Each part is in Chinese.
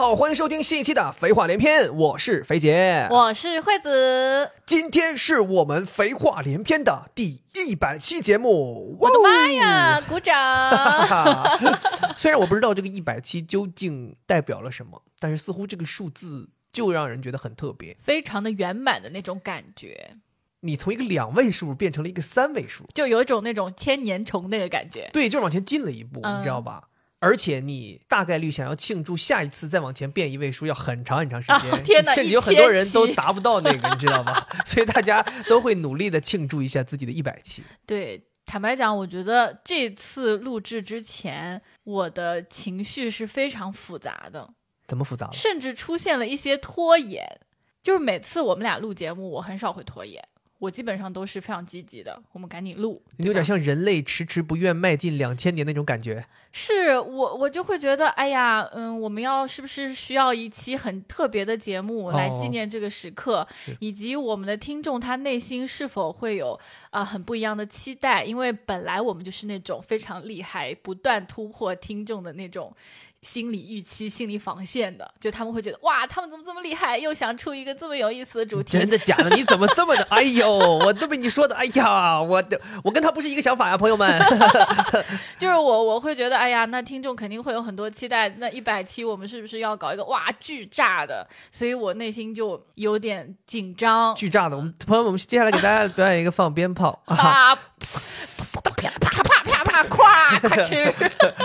好，欢迎收听新一期的肥话连篇，我是肥姐， 我是惠子。 今天是我们肥话连篇的第100期节目。 我的妈呀，鼓掌！ 虽然我不知道这个100期究竟代表了什么，但是似乎这个数字就让人觉得很特别， 非常的圆满的那种感觉。 你从一个2位数变成了一个3位数， 就有一种那种千年虫那个感觉。 对，就是往前进了一步，你知道吧？而且你大概率想要庆祝下一次再往前变1位数要很长很长时间， 天哪， 甚至有很多人都达不到那个，你知道吗？所以大家都会努力的庆祝一下自己的100期。 对，坦白讲，我觉得这次录制之前，我的情绪是非常复杂的。 怎么复杂了？ 甚至出现了一些拖延。就是每次我们俩录节目，我很少会拖延。我基本上都是非常积极的，我们赶紧录。 你有点像人类迟迟不愿迈进2000年那种感觉。 是我就会觉得，哎呀，我们是不是需要一期很特别的节目来纪念这个时刻，以及我们的听众他内心是否会有很不一样的期待？因为本来我们就是那种非常厉害、不断突破听众的那种心理预期、心理防线的，就他们会觉得哇，他们怎么这么厉害，又想出一个这么有意思的主题。 真的假的？你怎么这么的？哎呦，我都被你说的，哎呀，我跟他不是一个想法呀，朋友们。 就是我会觉得，哎呀，那听众肯定会有很多期待，那100期我们是不是要搞一个哇巨炸的？所以我内心就有点紧张。 巨炸的，我们朋友们，我们接下来给大家表演一个放鞭炮啊，啪啪啪啪，快吃。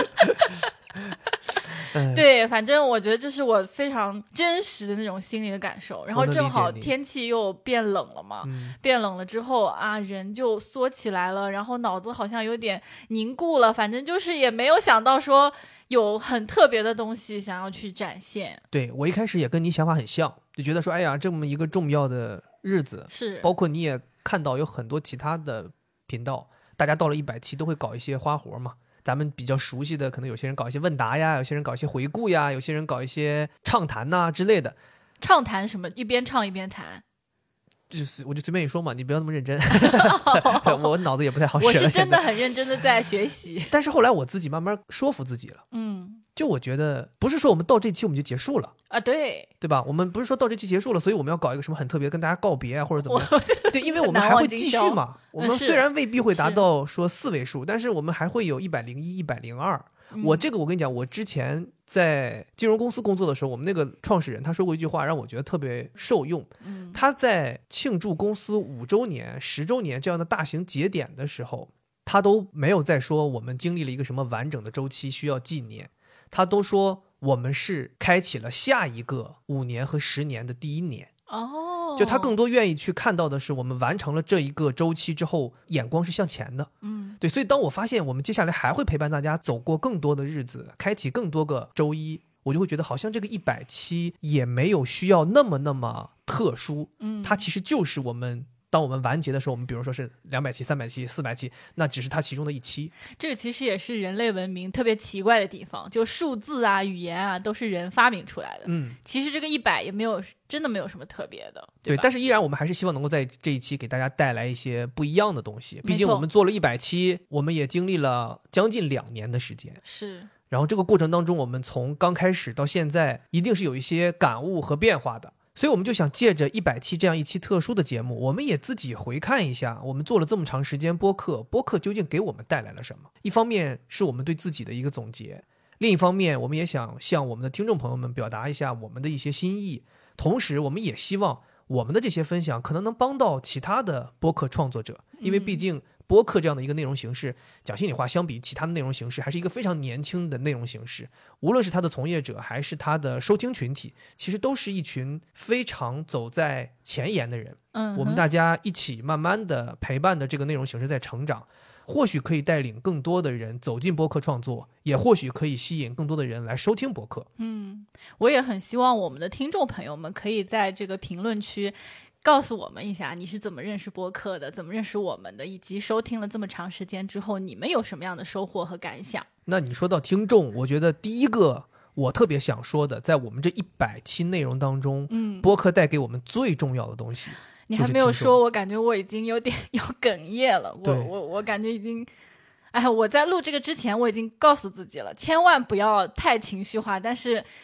对，反正我觉得这是我非常真实的那种心理的感受。然后正好天气又变冷了嘛，变冷了之后啊，人就缩起来了，然后脑子好像有点凝固了。反正就是也没有想到说有很特别的东西想要去展现。 对，我一开始也跟你想法很像，就觉得说，哎呀，这么一个重要的日子， 是包括你也看到有很多其他的频道，大家到了100期都会搞一些花活嘛。咱们比较熟悉的，可能有些人搞一些问答呀，有些人搞一些回顾呀，有些人搞一些畅谈呐之类的。 畅谈什么？一边唱一边谈？ 就是我就随便一说嘛，你不要那么认真。我脑子也不太好使。 我是真的很认真的在学习。 但是后来我自己慢慢说服自己了。就我觉得不是说我们到这期我们就结束了啊，对吧？我们不是说到这期结束了，所以我们要搞一个什么很特别跟大家告别啊，或者怎么样？对，因为我们还会继续嘛。我们虽然未必会达到说4位数，但是我们还会有101、102。我跟你讲，我之前在金融公司工作的时候，我们那个创始人他说过一句话，让我觉得特别受用。他在庆祝公司5周年、10周年这样的大型节点的时候，他都没有再说我们经历了一个什么完整的周期需要纪念，他都说我们是开启了下一个5年和10年的第1年。就他更多愿意去看到的是我们完成了这一个周期之后，眼光是向前的。对，所以当我发现我们接下来还会陪伴大家走过更多的日子，开启更多个周一，我就会觉得好像这个100期也没有需要那么特殊。它其实就是当我们完结的时候，我们比如说是200期、300期、400期，那只是它其中的一期。 这个其实也是人类文明特别奇怪的地方，就数字啊、语言啊都是人发明出来的。其实这个100也真的没有什么特别的，对吧？ 但是依然我们还是希望能够在这一期给大家带来一些不一样的东西。毕竟我们做了100期，我们也经历了将近2年的时间。 是。 然后这个过程当中，我们从刚开始到现在，一定是有一些感悟和变化的。所以我们就想借着100期这样一期特殊的节目，我们也自己回看一下，我们做了这么长时间播客究竟给我们带来了什么。一方面是我们对自己的一个总结，另一方面我们也想向我们的听众朋友们表达一下我们的一些心意，同时我们也希望我们的这些分享可能能帮到其他的播客创作者，因为毕竟播客这样的一个内容形式，讲心里话，相比其他的内容形式还是一个非常年轻的内容形式，无论是它的从业者还是它的收听群体，其实都是一群非常走在前沿的人。我们大家一起慢慢的陪伴的这个内容形式在成长，或许可以带领更多的人走进播客创作，也或许可以吸引更多的人来收听播客。 我也很希望我们的听众朋友们可以在这个评论区告诉我们一下你是怎么认识播客的，怎么认识我们的，以及收听了这么长时间之后你们有什么样的收获和感想。 那你说到听众，我觉得第一个我特别想说的，在我们这100期内容当中，播客带给我们最重要的东西， 你还没有说，我感觉我已经有点要哽咽了。我感觉已经，我在录这个之前我已经告诉自己了，千万不要太情绪化，但是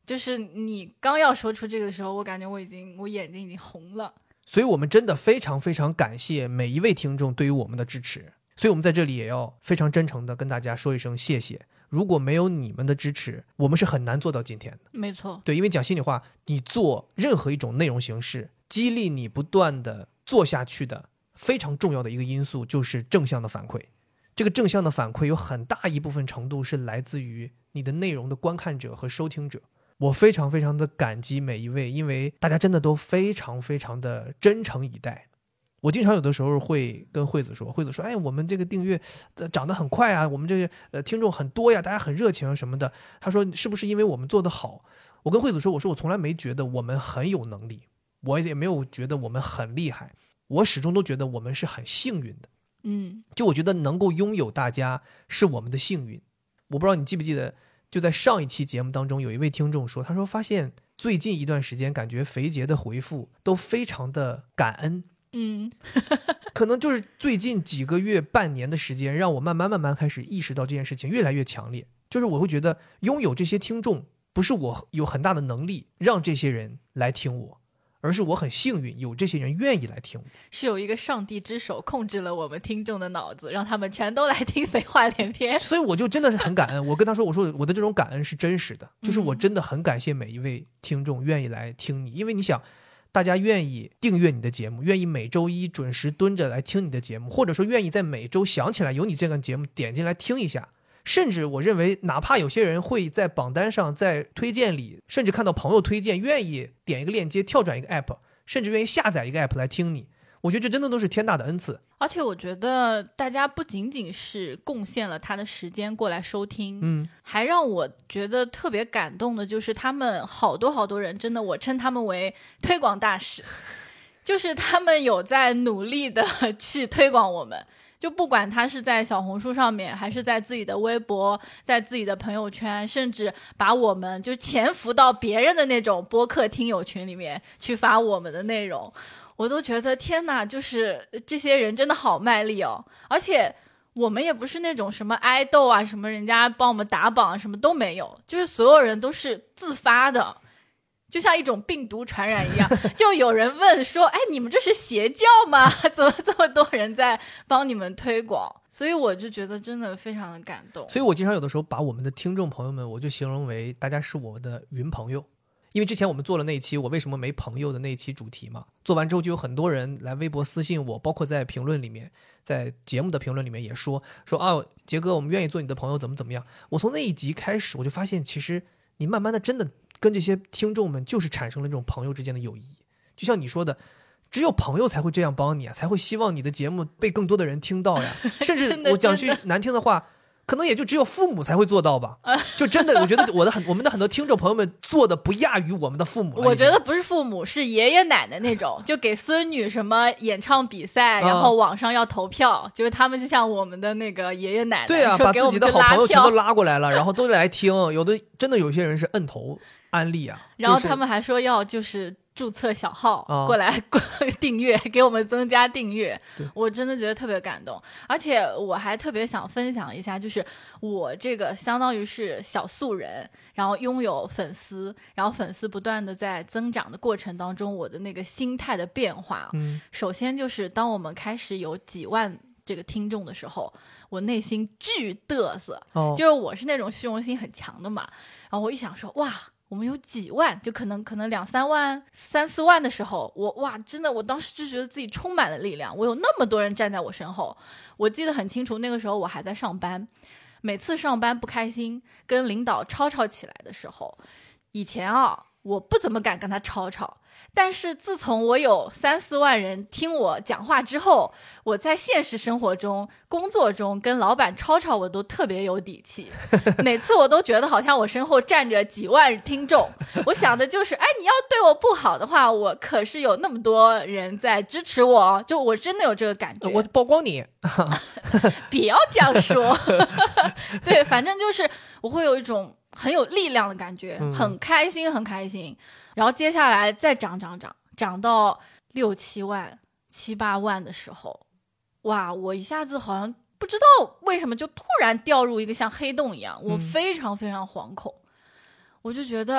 就是你刚要说出这个的时候，我感觉我眼睛已经红了。 所以我们真的非常非常感谢每一位听众对于我们的支持，所以我们在这里也要非常真诚的跟大家说一声谢谢。如果没有你们的支持，我们是很难做到今天的。 没错， 对，因为讲心里话，你做任何一种内容形式，激励你不断的做下去的非常重要的一个因素就是正向的反馈。这个正向的反馈有很大一部分程度是来自于你的内容的观看者和收听者。我非常非常的感激每一位，因为大家真的都非常非常的真诚以待。我经常有的时候会跟惠子说，哎，我们这个订阅涨得很快啊，我们这个听众很多呀，大家很热情啊什么的。他说是不是因为我们做得好？我跟惠子说，我从来没觉得我们很有能力，我也没有觉得我们很厉害，我始终都觉得我们是很幸运的。就我觉得能够拥有大家是我们的幸运。我不知道你记不记得，就在上一期节目当中，有一位听众说，他说发现最近一段时间感觉肥杰的回复都非常的感恩。可能就是最近几个月半年的时间，让我慢慢开始意识到这件事情越来越强烈。就是我会觉得拥有这些听众不是我有很大的能力让这些人来听我，而是我很幸运有这些人愿意来听我， 是有一个上帝之手控制了我们听众的脑子，让他们全都来听废话连篇。 所以我就真的是很感恩。我跟他说，我说我的这种感恩是真实的，就是我真的很感谢每一位听众愿意来听你。因为你想，大家愿意订阅你的节目，愿意每周一准时蹲着来听你的节目，或者说愿意在每周想起来有你这个节目点进来听一下，甚至我认为哪怕有些人会在榜单上在推荐里，甚至看到朋友推荐愿意点一个链接跳转一个 app， 甚至愿意下载一个 app 来听你，我觉得这真的都是天大的恩赐。 而且我觉得大家不仅仅是贡献了他的时间过来收听，还让我觉得特别感动的就是他们好多人，真的我称他们为推广大使，就是他们有在努力的去推广我们。就不管他是在小红书上面，还是在自己的微博，在自己的朋友圈，甚至把我们就潜伏到别人的那种播客听友群里面去发我们的内容，我都觉得天哪，就是这些人真的好卖力哦。而且我们也不是那种什么爱豆啊，什么人家帮我们打榜，什么都没有，就是所有人都是自发的，就像一种病毒传染一样。就有人问说，哎，你们这是邪教吗？怎么这么多人在帮你们推广？所以我就觉得真的非常的感动。 所以我经常有的时候把我们的听众朋友们，我就形容为大家是我的云朋友。因为之前我们做了那一期我为什么没朋友的那一期主题嘛，做完之后就有很多人来微博私信我，包括在评论里面，在节目的评论里面也说啊，杰哥，我们愿意做你的朋友，怎么样。我从那一集开始我就发现，其实你慢慢的真的跟这些听众们就是产生了这种朋友之间的友谊。就像你说的，只有朋友才会这样帮你啊，才会希望你的节目被更多的人听到呀。甚至我讲句难听的话，可能也就只有父母才会做到吧。就真的我觉得我们的很多听众朋友们做的不亚于我们的父母。 我觉得不是父母，是爷爷奶奶那种，就给孙女什么演唱比赛，然后网上要投票，就是他们就像我们的那个爷爷奶奶， 对啊，把自己的好朋友全都拉过来了，然后都来听。有的真的有些人是摁头安利啊， 然后他们还说要就是注册小号过来订阅，给我们增加订阅。我真的觉得特别感动。而且我还特别想分享一下，就是我这个相当于是小素人，然后拥有粉丝，然后粉丝不断的在增长的过程当中，我的那个心态的变化。首先就是当我们开始有几万这个听众的时候，我内心巨嘚瑟，就是我是那种虚荣心很强的嘛。然后我一想说，哇，我们有几万，就可能2-3万、3-4万的时候，真的，我当时就觉得自己充满了力量。我有那么多人站在我身后，我记得很清楚，那个时候我还在上班，每次上班不开心，跟领导吵起来的时候，以前我不怎么敢跟他吵，但是自从我有3-4万人听我讲话之后，我在现实生活中、工作中跟老板吵，我都特别有底气。每次我都觉得好像我身后站着几万听众，我想的就是，哎，你要对我不好的话，我可是有那么多人在支持我，就我真的有这个感觉。 我曝光你， 不要这样说。对，反正就是我会有一种很有力量的感觉，很开心。然后接下来再涨到6-7万、7-8万的时候，哇，我一下子好像不知道为什么就突然掉入一个像黑洞一样，我非常非常惶恐。我就觉得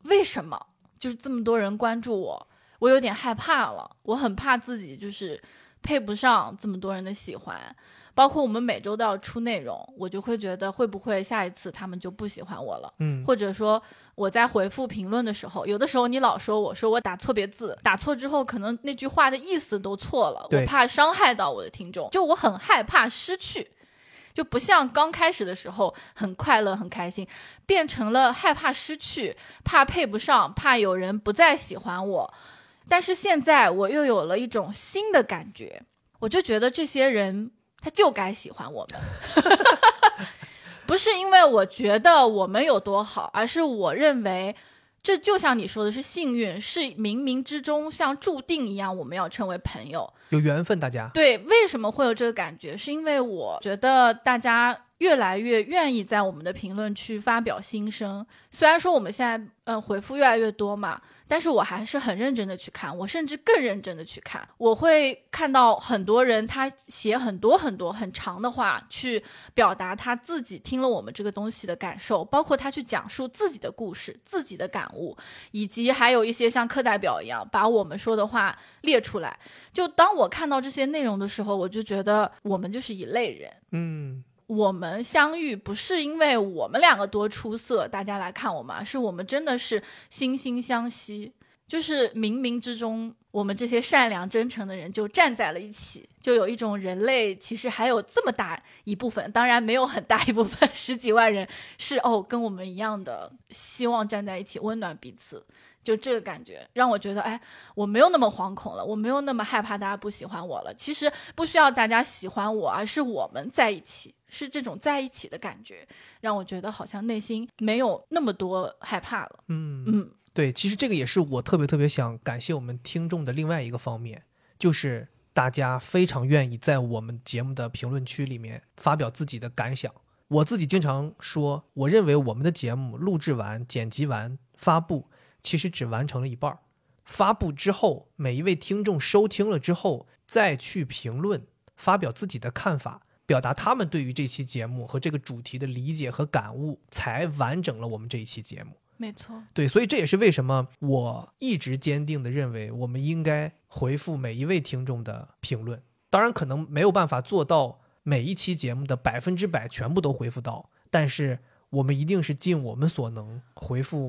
为什么就是这么多人关注我，我有点害怕了，我很怕自己就是配不上这么多人的喜欢。包括我们每周都要出内容，我就会觉得会不会下一次他们就不喜欢我了，或者说我在回复评论的时候，有的时候你老说我打错别字，打错之后可能那句话的意思都错了，我怕伤害到我的听众，就我很害怕失去，就不像刚开始的时候很快乐很开心，变成了害怕失去，怕配不上，怕有人不再喜欢我。但是现在我又有了一种新的感觉，我就觉得这些人他就该喜欢我们不是因为我觉得我们有多好，而是我认为这就像你说的是幸运，是冥冥之中像注定一样我们要成为朋友， 有缘分。大家对，为什么会有这个感觉，是因为我觉得大家越来越愿意在我们的评论区发表心声，虽然说我们现在回复越来越多嘛，但是我还是很认真的去看，我甚至更认真的去看，我会看到很多人他写很多很多很长的话去表达他自己听了我们这个东西的感受，包括他去讲述自己的故事自己的感悟，以及还有一些像课代表一样把我们说的话列出来。就当我看到这些内容的时候，我就觉得我们就是一类人。我们相遇不是因为我们两个多出色大家来看我们，是我们真的是惺惺相惜，就是冥冥之中我们这些善良真诚的人就站在了一起，就有一种人类其实还有这么大一部分，当然没有很大一部分10几万人是跟我们一样的希望站在一起温暖彼此。就这个感觉让我觉得我没有那么惶恐了，我没有那么害怕大家不喜欢我了。其实不需要大家喜欢我，而是我们在一起，是这种在一起的感觉让我觉得好像内心没有那么多害怕了。 对，其实这个也是我特别想感谢我们听众的另外一个方面，就是大家非常愿意在我们节目的评论区里面发表自己的感想。我自己经常说，我认为我们的节目录制完剪辑完发布其实只完成了一半，发布之后每一位听众收听了之后再去评论发表自己的看法，表达他们对于这期节目和这个主题的理解和感悟，才完整了我们这一期节目。 没错， 对，所以这也是为什么我一直坚定地认为我们应该回复每一位听众的评论。当然可能没有办法做到每一期节目的100%全部都回复到，但是我们一定是尽我们所能回复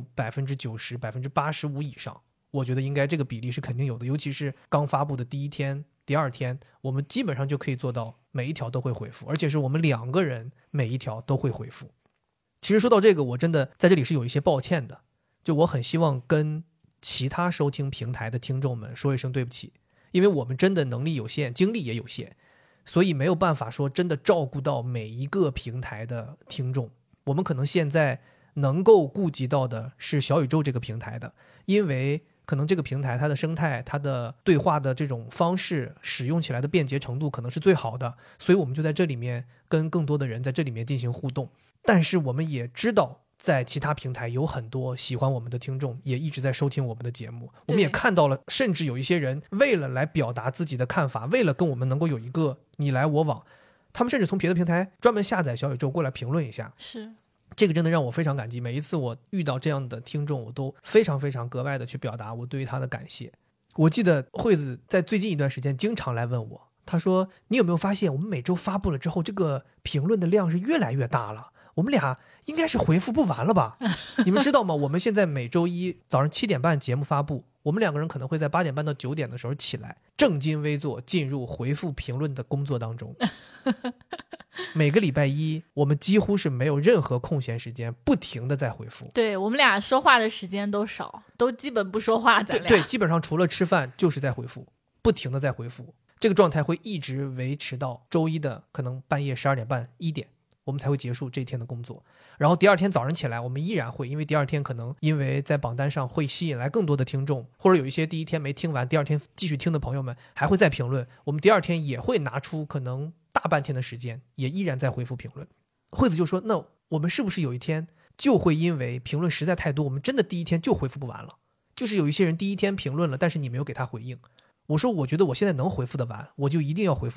90%、85%以上。我觉得应该这个比例是肯定有的，尤其是刚发布的第一天第二天，我们基本上就可以做到每一条都会回复，而且是我们2个人每一条都会回复。其实说到这个，我真的在这里是有一些抱歉的，就我很希望跟其他收听平台的听众们说一声对不起，因为我们真的能力有限，精力也有限，所以没有办法说真的照顾到每一个平台的听众。我们可能现在能够顾及到的是小宇宙这个平台的，因为可能这个平台它的生态，它的对话的这种方式，使用起来的便捷程度可能是最好的，所以我们就在这里面跟更多的人在这里面进行互动。但是我们也知道在其他平台有很多喜欢我们的听众也一直在收听我们的节目，我们也看到了，甚至有一些人为了来表达自己的看法，为了跟我们能够有一个你来我往，他们甚至从别的平台专门下载小宇宙过来评论一下。 是， 这个真的让我非常感激，每一次我遇到这样的听众，我都非常格外的去表达我对于他的感谢。我记得惠子在最近一段时间经常来问我，他说你有没有发现我们每周发布了之后，这个评论的量是越来越大了，我们俩应该是回复不完了吧？你们知道吗？我们现在每周一早上7点半节目发布，我们2个人可能会在8点半到9点的时候起来，正襟危坐进入回复评论的工作当中。每个礼拜一我们几乎是没有任何空闲时间，不停的在回复。 对，我们俩说话的时间都少，都基本不说话，咱俩对，基本上除了吃饭就是在回复，不停的在回复。这个状态会一直维持到周一的可能半夜12点半1点，我们才会结束这一天的工作。然后第二天早上起来我们依然会，因为第二天可能因为在榜单上会吸引来更多的听众，或者有一些第一天没听完第二天继续听的朋友们还会再评论，我们第二天也会拿出可能大半天的时间，也依然在回复评论。惠子就说，那我们是不是有一天就会因为评论实在太多，我们真的第一天就回复不完了，就是有一些人第一天评论了，但是你没有给他回应。我说我觉得我现在能回复得完，我就一定要回复得完，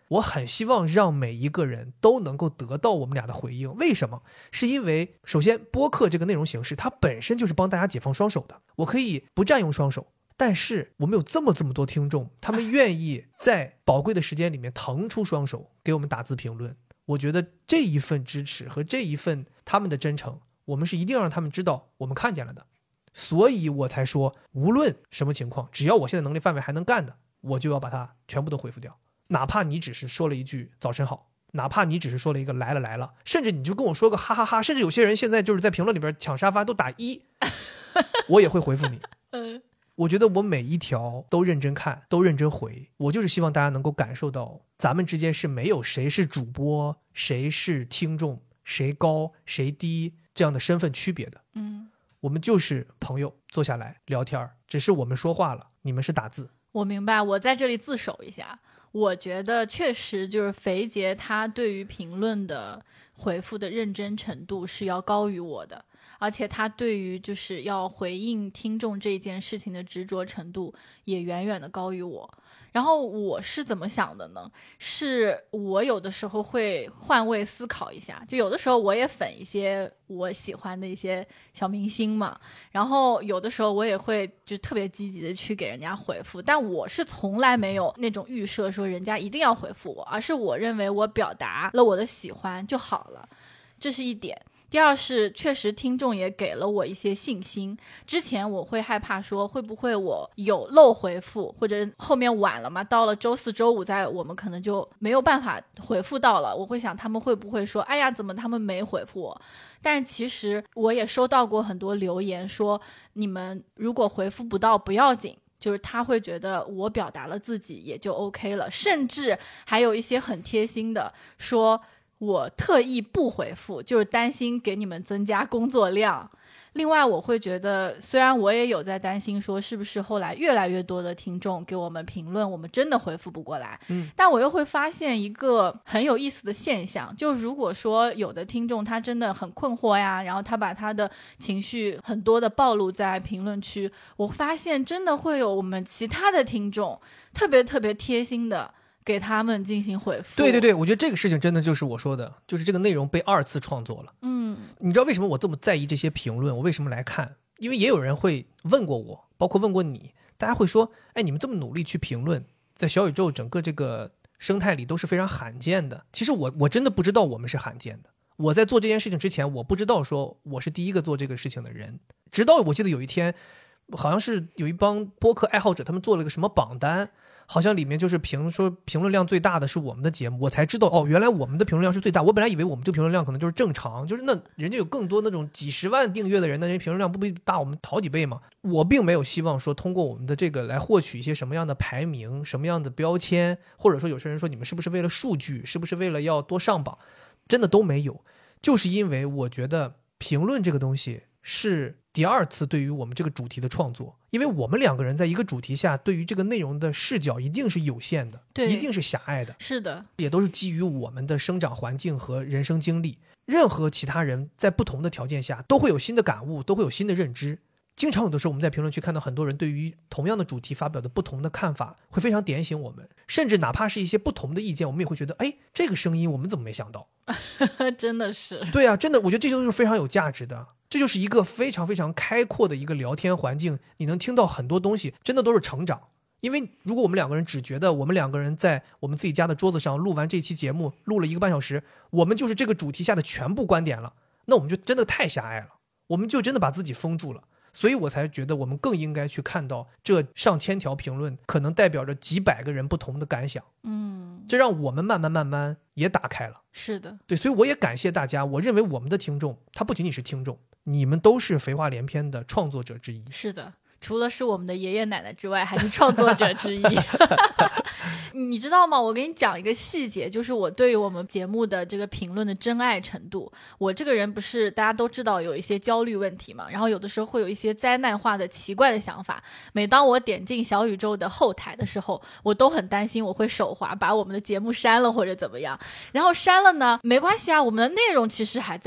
我很希望让每一个人都能够得到我们俩的回应。为什么？是因为首先播客这个内容形式它本身就是帮大家解放双手的，我可以不占用双手，但是我们有这么多听众，他们愿意在宝贵的时间里面腾出双手给我们打字评论，我觉得这一份支持和这一份他们的真诚，我们是一定要让他们知道我们看见了的。所以我才说无论什么情况，只要我现在能力范围还能干的，我就要把它全部都回复掉。哪怕你只是说了一句早晨好，哪怕你只是说了一个来了，甚至你就跟我说个哈哈哈，甚至有些人现在就是在评论里边抢沙发都打1，我也会回复你。我觉得我每一条都认真看，都认真回，我就是希望大家能够感受到咱们之间是没有谁是主播谁是听众，谁高谁低这样的身份区别的。我们就是朋友，坐下来聊天，只是我们说话了，你们是打字。 我明白，我在这里自首一下，我觉得确实就是肥杰他对于评论的回复的认真程度是要高于我的，而且他对于就是要回应听众这件事情的执着程度也远远的高于我。然后我是怎么想的呢？是我有的时候会换位思考一下，就有的时候我也粉一些我喜欢的一些小明星嘛，然后有的时候我也会就特别积极的去给人家回复，但我是从来没有那种预设说人家一定要回复我，而是我认为我表达了我的喜欢就好了，这是一点。第二是确实听众也给了我一些信心，之前我会害怕说会不会我有漏回复，或者后面晚了嘛，到了周4周5我们可能就没有办法回复到了，我会想他们会不会说哎呀怎么他们没回复我。但是其实我也收到过很多留言说你们如果回复不到不要紧，就是他会觉得我表达了自己也就 OK 了，甚至还有一些很贴心的说我特意不回复，就是担心给你们增加工作量。另外我会觉得虽然我也有在担心说是不是后来越来越多的听众给我们评论我们真的回复不过来，但我又会发现一个很有意思的现象，就如果说有的听众他真的很困惑呀，然后他把他的情绪很多的暴露在评论区，我发现真的会有我们其他的听众特别特别贴心的给他们进行回复。 对，我觉得这个事情真的就是我说的，就是这个内容被2次创作了。你知道为什么我这么在意这些评论，我为什么来看？因为也有人会问过我，包括问过你，大家会说哎，你们这么努力去评论，在小宇宙整个这个生态里都是非常罕见的。其实我真的不知道我们是罕见的，我在做这件事情之前我不知道说我是第一个做这个事情的人，直到我记得有一天好像是有一帮播客爱好者他们做了个什么榜单，好像里面就是评论量最大的是我们的节目，我才知道哦，原来我们的评论量是最大。我本来以为我们这个评论量可能就是正常，就是那人家有更多那种几十万订阅的人，那人评论量不比大我们好几倍吗？我并没有希望说通过我们的这个来获取一些什么样的排名，什么样的标签，或者说有些人说你们是不是为了数据，是不是为了要多上榜，真的都没有。就是因为我觉得评论这个东西是第2次对于我们这个主题的创作，因为我们2个人在一个主题下对于这个内容的视角一定是有限的，一定是狭隘的， 是的， 也都是基于我们的生长环境和人生经历。任何其他人在不同的条件下都会有新的感悟，都会有新的认知。经常有的时候我们在评论区看到很多人对于同样的主题发表的不同的看法，会非常点醒我们，甚至哪怕是一些不同的意见，我们也会觉得哎，这个声音我们怎么没想到。 真的是， 对啊，真的我觉得这就是非常有价值的，这就是一个非常非常开阔的一个聊天环境，你能听到很多东西，真的都是成长。因为如果我们2个人只觉得我们2个人在我们自己家的桌子上录完这期节目，录了1个半小时，我们就是这个主题下的全部观点了，那我们就真的太狭隘了，我们就真的把自己封住了。所以我才觉得我们更应该去看到这上千条评论可能代表着几百个人不同的感想，这让我们慢慢也打开了。 是的， 对，所以我也感谢大家。我认为我们的听众他不仅仅是听众，你们都是肥话连篇的创作者之一。 是的，除了是我们的爷爷奶奶之外，还是创作者之一。你知道吗？我给你讲一个细节，就是我对于我们节目的这个评论的真爱程度。我这个人不是大家都知道有一些焦虑问题嘛，然后有的时候会有一些灾难化的奇怪的想法。每当我点进小宇宙的后台的时候，我都很担心我会手滑把我们的节目删了或者怎么样。然后删了呢，没关系啊，我们的内容其实还在的。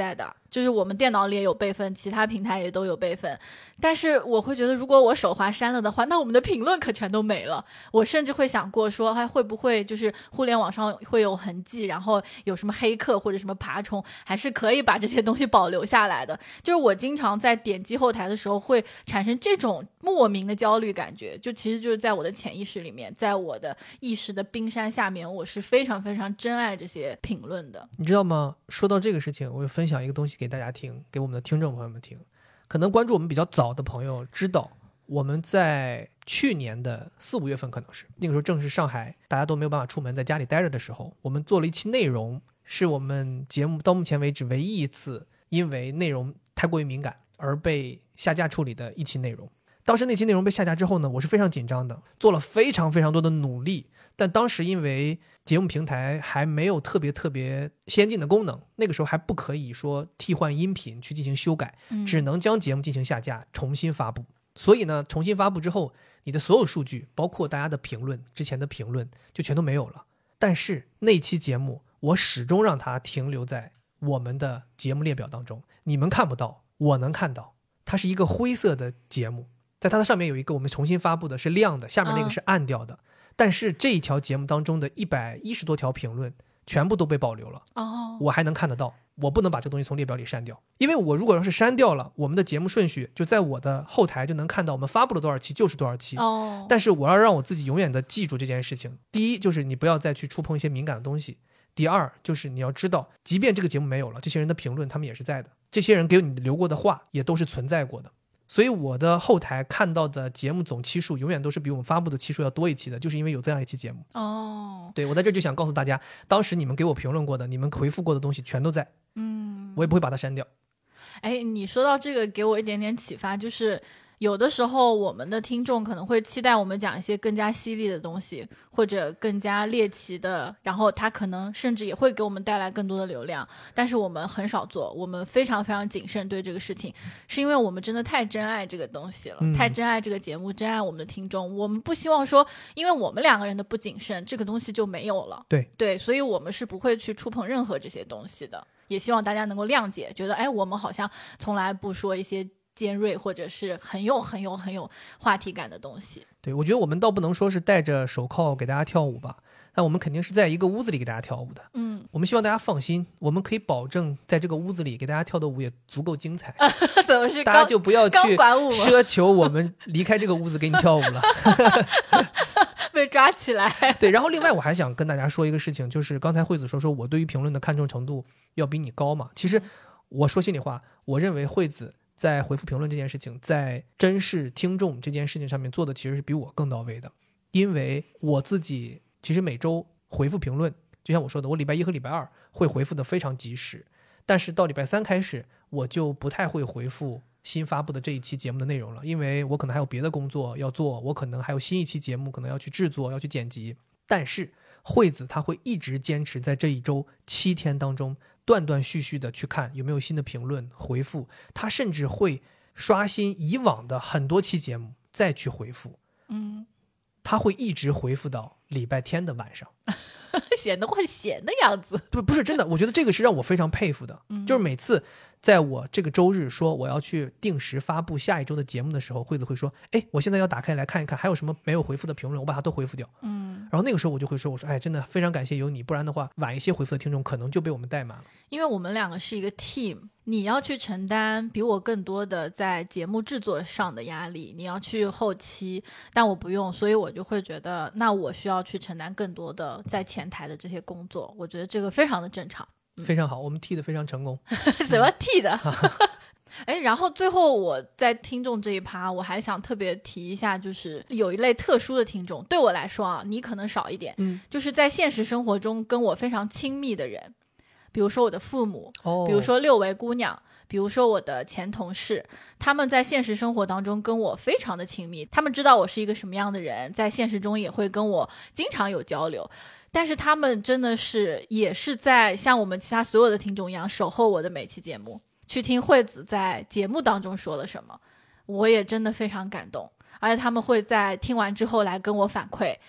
就是我们电脑里也有备份，其他平台也都有备份。但是我会觉得如果我手滑删了的话，那我们的评论可全都没了。我甚至会想过说会不会就是互联网上会有痕迹，然后有什么黑客或者什么爬虫还是可以把这些东西保留下来的。就是我经常在点击后台的时候会产生这种莫名的焦虑感觉，就其实就是在我的潜意识里面，在我的意识的冰山下面，我是非常非常珍爱这些评论的。 你知道吗？说到这个事情，我就分享一个东西给大家听，给我们的听众朋友们听。可能关注我们比较早的朋友知道，我们在去年的4、5月份，可能是那个时候正是上海大家都没有办法出门，在家里待着的时候，我们做了一期内容，是我们节目到目前为止唯一一次因为内容太过于敏感而被下架处理的一期内容。当时那期内容被下架之后呢，我是非常紧张的，做了非常非常多的努力，但当时因为节目平台还没有特别先进的功能，那个时候还不可以说替换音频去进行修改，只能将节目进行下架重新发布。所以呢，重新发布之后，你的所有数据包括大家的评论，之前的评论就全都没有了。但是那期节目我始终让它停留在我们的节目列表当中，你们看不到，我能看到。它是一个灰色的节目，在它的上面有一个我们重新发布的是亮的，下面那个是暗调的。但是这一条节目当中的110多条评论全部都被保留了。我还能看得到，我不能把这个东西从列表里删掉，因为我如果要是删掉了，我们的节目顺序就在我的后台就能看到我们发布了多少期就是多少期。但是我要让我自己永远的记住这件事情。第一就是你不要再去触碰一些敏感的东西，第二就是你要知道，即便这个节目没有了，这些人的评论他们也是在的，这些人给你留过的话也都是存在过的。所以我的后台看到的节目总期数永远都是比我们发布的期数要多一期的，就是因为有这样一期节目。对，我在这就想告诉大家，当时你们给我评论过的，你们回复过的东西全都在。我也不会把它删掉。 你说到这个给我一点点启发，就是有的时候我们的听众可能会期待我们讲一些更加犀利的东西，或者更加猎奇的，然后他可能甚至也会给我们带来更多的流量，但是我们很少做，我们非常非常谨慎对这个事情，是因为我们真的太珍爱这个东西了，太珍爱这个节目，珍爱我们的听众。我们不希望说因为我们2个人的不谨慎，这个东西就没有了。对，所以我们是不会去触碰任何这些东西的，也希望大家能够谅解，觉得我们好像从来不说一些尖锐或者是很有话题感的东西。 对，我觉得我们倒不能说是戴着手铐给大家跳舞吧，但我们肯定是在一个屋子里给大家跳舞的。我们希望大家放心，我们可以保证在这个屋子里给大家跳的舞也足够精彩。 怎么是大家就不要去奢求我们离开这个屋子给你跳舞了。 被抓起来。 对，然后另外我还想跟大家说一个事情，就是刚才惠子说我对于评论的看重程度要比你高嘛。其实我说心里话，我认为惠子在回复评论这件事情，在珍视听众这件事情上面做的其实是比我更到位的。因为我自己其实每周回复评论，就像我说的，我礼拜1和礼拜2会回复的非常及时，但是到礼拜3开始我就不太会回复新发布的这一期节目的内容了，因为我可能还有别的工作要做，我可能还有新一期节目可能要去制作，要去剪辑。但是惠子她会一直坚持在这一周7天当中断断续续的去看有没有新的评论回复，她甚至会刷新以往的很多期节目再去回复。她会一直回复到礼拜天的晚上。 显得会闲的样子。 不是真的，我觉得这个是让我非常佩服的。就是每次在我这个周日说我要去定时发布下一周的节目的时候，惠子会说我现在要打开来看一看还有什么没有回复的评论，我把它都回复掉。然后那个时候我就会说，我说真的非常感谢有你，不然的话晚一些回复的听众可能就被我们怠慢了。 因为我们2个是一个 team， 你要去承担比我更多的在节目制作上的压力，你要去后期，但我不用，所以我就会觉得那我需要去承担更多的在前台的这些工作，我觉得这个非常的正常。 非常好，我们替的非常成功。 什么替的？然后最后我在听众这一趴，我还想特别提一下，就是有一类特殊的听众，对我来说啊，你可能少一点，就是在现实生活中跟我非常亲密的人，比如说我的父母，比如说6位姑娘，比如说我的前同事，他们在现实生活当中跟我非常的亲密，他们知道我是一个什么样的人，在现实中也会跟我经常有交流，但是他们真的是也是在像我们其他所有的听众一样守候我的每期节目，去听惠子在节目当中说了什么，我也真的非常感动，而且他们会在听完之后来跟我反馈，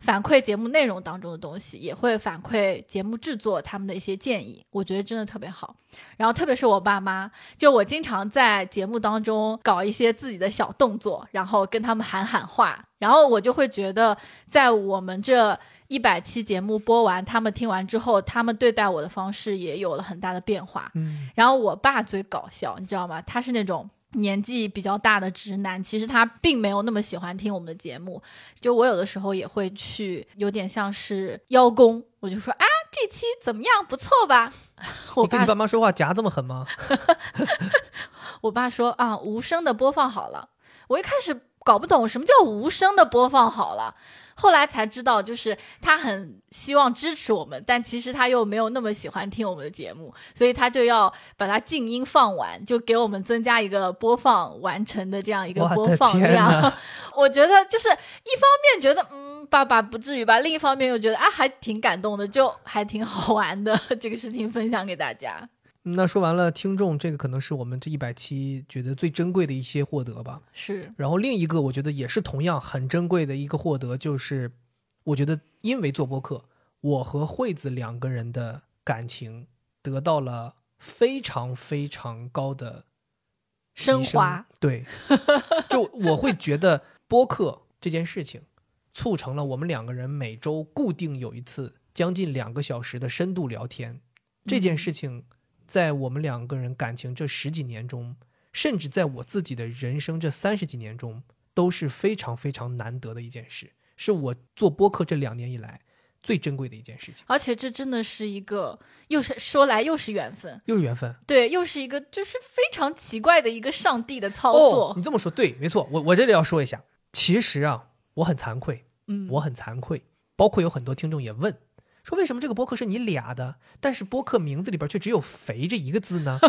反馈节目内容当中的东西，也会反馈节目制作他们的一些建议，我觉得真的特别好。然后特别是我爸妈，就我经常在节目当中搞一些自己的小动作，然后跟他们喊话，然后我就会觉得在我们这100期节目播完，他们听完之后，他们对待我的方式也有了很大的变化。然后我爸最搞笑，你知道吗？他是那种年纪比较大的直男，其实他并没有那么喜欢听我们的节目，就我有的时候也会去有点像是邀功，我就说啊，这期怎么样，不错吧？ 你跟你爸妈说话夹这么狠吗？ 我爸说啊，无声的播放好了。我一开始搞不懂什么叫无声的播放好了，后来才知道，就是他很希望支持我们，但其实他又没有那么喜欢听我们的节目，所以他就要把它静音放完，就给我们增加一个播放完成的这样一个播放量。我觉得就是一方面觉得爸爸不至于吧，另一方面又觉得啊还挺感动的，就还挺好玩的，这个事情分享给大家。 那说完了听众，这个可能是我们这100期觉得最珍贵的一些获得吧。 是。 然后另一个我觉得也是同样很珍贵的一个获得，就是我觉得因为做播客，我和惠子2个人的感情得到了非常非常高的升华。 对，就我会觉得播客这件事情促成了我们2个人每周固定有一次将近2个小时的深度聊天。这件事情在我们2个人感情这10几年中，甚至在我自己的人生这30几年中，都是非常非常难得的一件事，是我做播客这2年以来最珍贵的一件事情。 而且这真的是一个又是说来又是缘分， 又是缘分， 对，又是一个就是非常奇怪的一个上帝的操作。 你这么说对，没错。我这里要说一下，其实啊，我很惭愧，我很惭愧。包括有很多听众也问说，为什么这个播客是你俩的，但是播客名字里边却只有肥这一个字呢？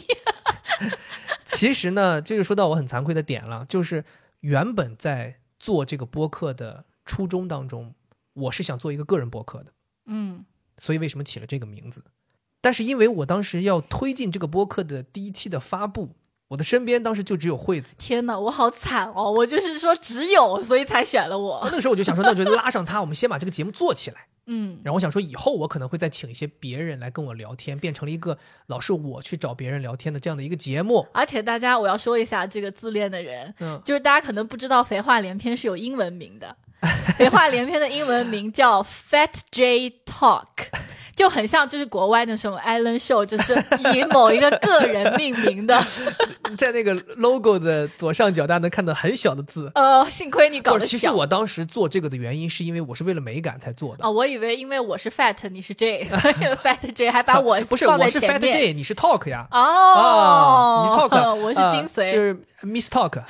其实呢，这就说到我很惭愧的点了，就是原本在做这个播客的初衷当中，我是想做一个个人播客的，所以为什么起了这个名字？但是因为我当时要推进这个播客的第1期的发布，我的身边当时就只有惠子。 天哪，我好惨哦！我就是说只有，所以才选了我。 那个时候我就想说，那我就拉上他，我们先把这个节目做起来。然后我想说，以后我可能会再请一些别人来跟我聊天，变成了一个老是我去找别人聊天的这样的一个节目。 而且大家，我要说一下这个自恋的人，就是大家可能不知道，肥话连篇是有英文名的。肥话连篇的英文名叫 Fat J Talk。就很像就是国外那种 Ellen Show， 就是以某一个个人命名的。 在那个 logo 的左上角大家能看到很小的字。 幸亏你搞得小。 其实我当时做这个的原因是因为我是为了美感才做的。 我以为因为我是 Fat 你是 J， 所以 Fat J 还把我不是， 放在我是前面。 Fat J， 你是 Talk 呀。 你是 Talk， 我是精髓， 就是 Miss Talk。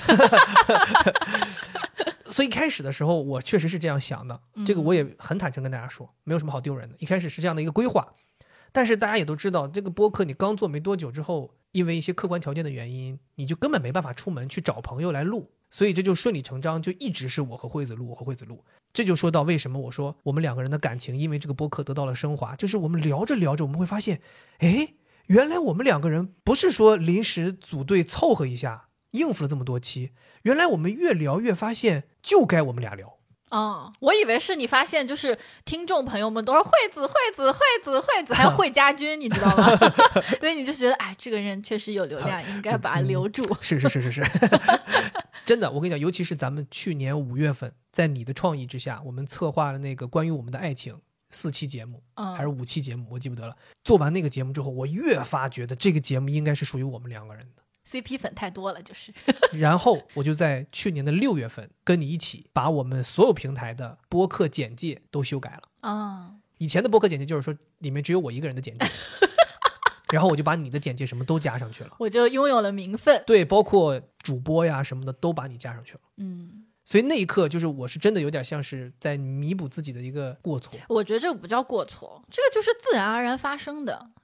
所以一开始的时候我确实是这样想的，这个我也很坦诚跟大家说，没有什么好丢人的。一开始是这样的一个规划，但是大家也都知道，这个播客你刚做没多久之后，因为一些客观条件的原因，你就根本没办法出门去找朋友来录，所以这就顺理成章就一直是我和惠子录。这就说到为什么我说我们2个人的感情因为这个播客得到了升华，就是我们聊着聊着我们会发现，原来我们2个人不是说临时组队凑合一下应付了这么多期，原来我们越聊越发现就该我们俩聊。 我以为是你发现就是听众朋友们都是惠子，还有惠家军，你知道吗？所以你就觉得这个人确实有流量，应该把他留住。 是真的，我跟你讲，尤其是咱们去年5月份在你的创意之下，我们策划了那个关于我们的爱情4期节目，还是5期节目我记不得了。做完那个节目之后，我越发觉得这个节目应该是属于我们2个人的。 CP 粉太多了，就是。 然后我就在去年的6月份跟你一起把我们所有平台的播客简介都修改了。以前的播客简介就是说里面只有我一个人的简介。然后我就把你的简介什么都加上去了， 我就拥有了名分。 对，包括主播呀什么的都把你加上去了。所以那一刻就是我是真的有点像是在弥补自己的一个过错。 我觉得这个不叫过错，这个就是自然而然发生的。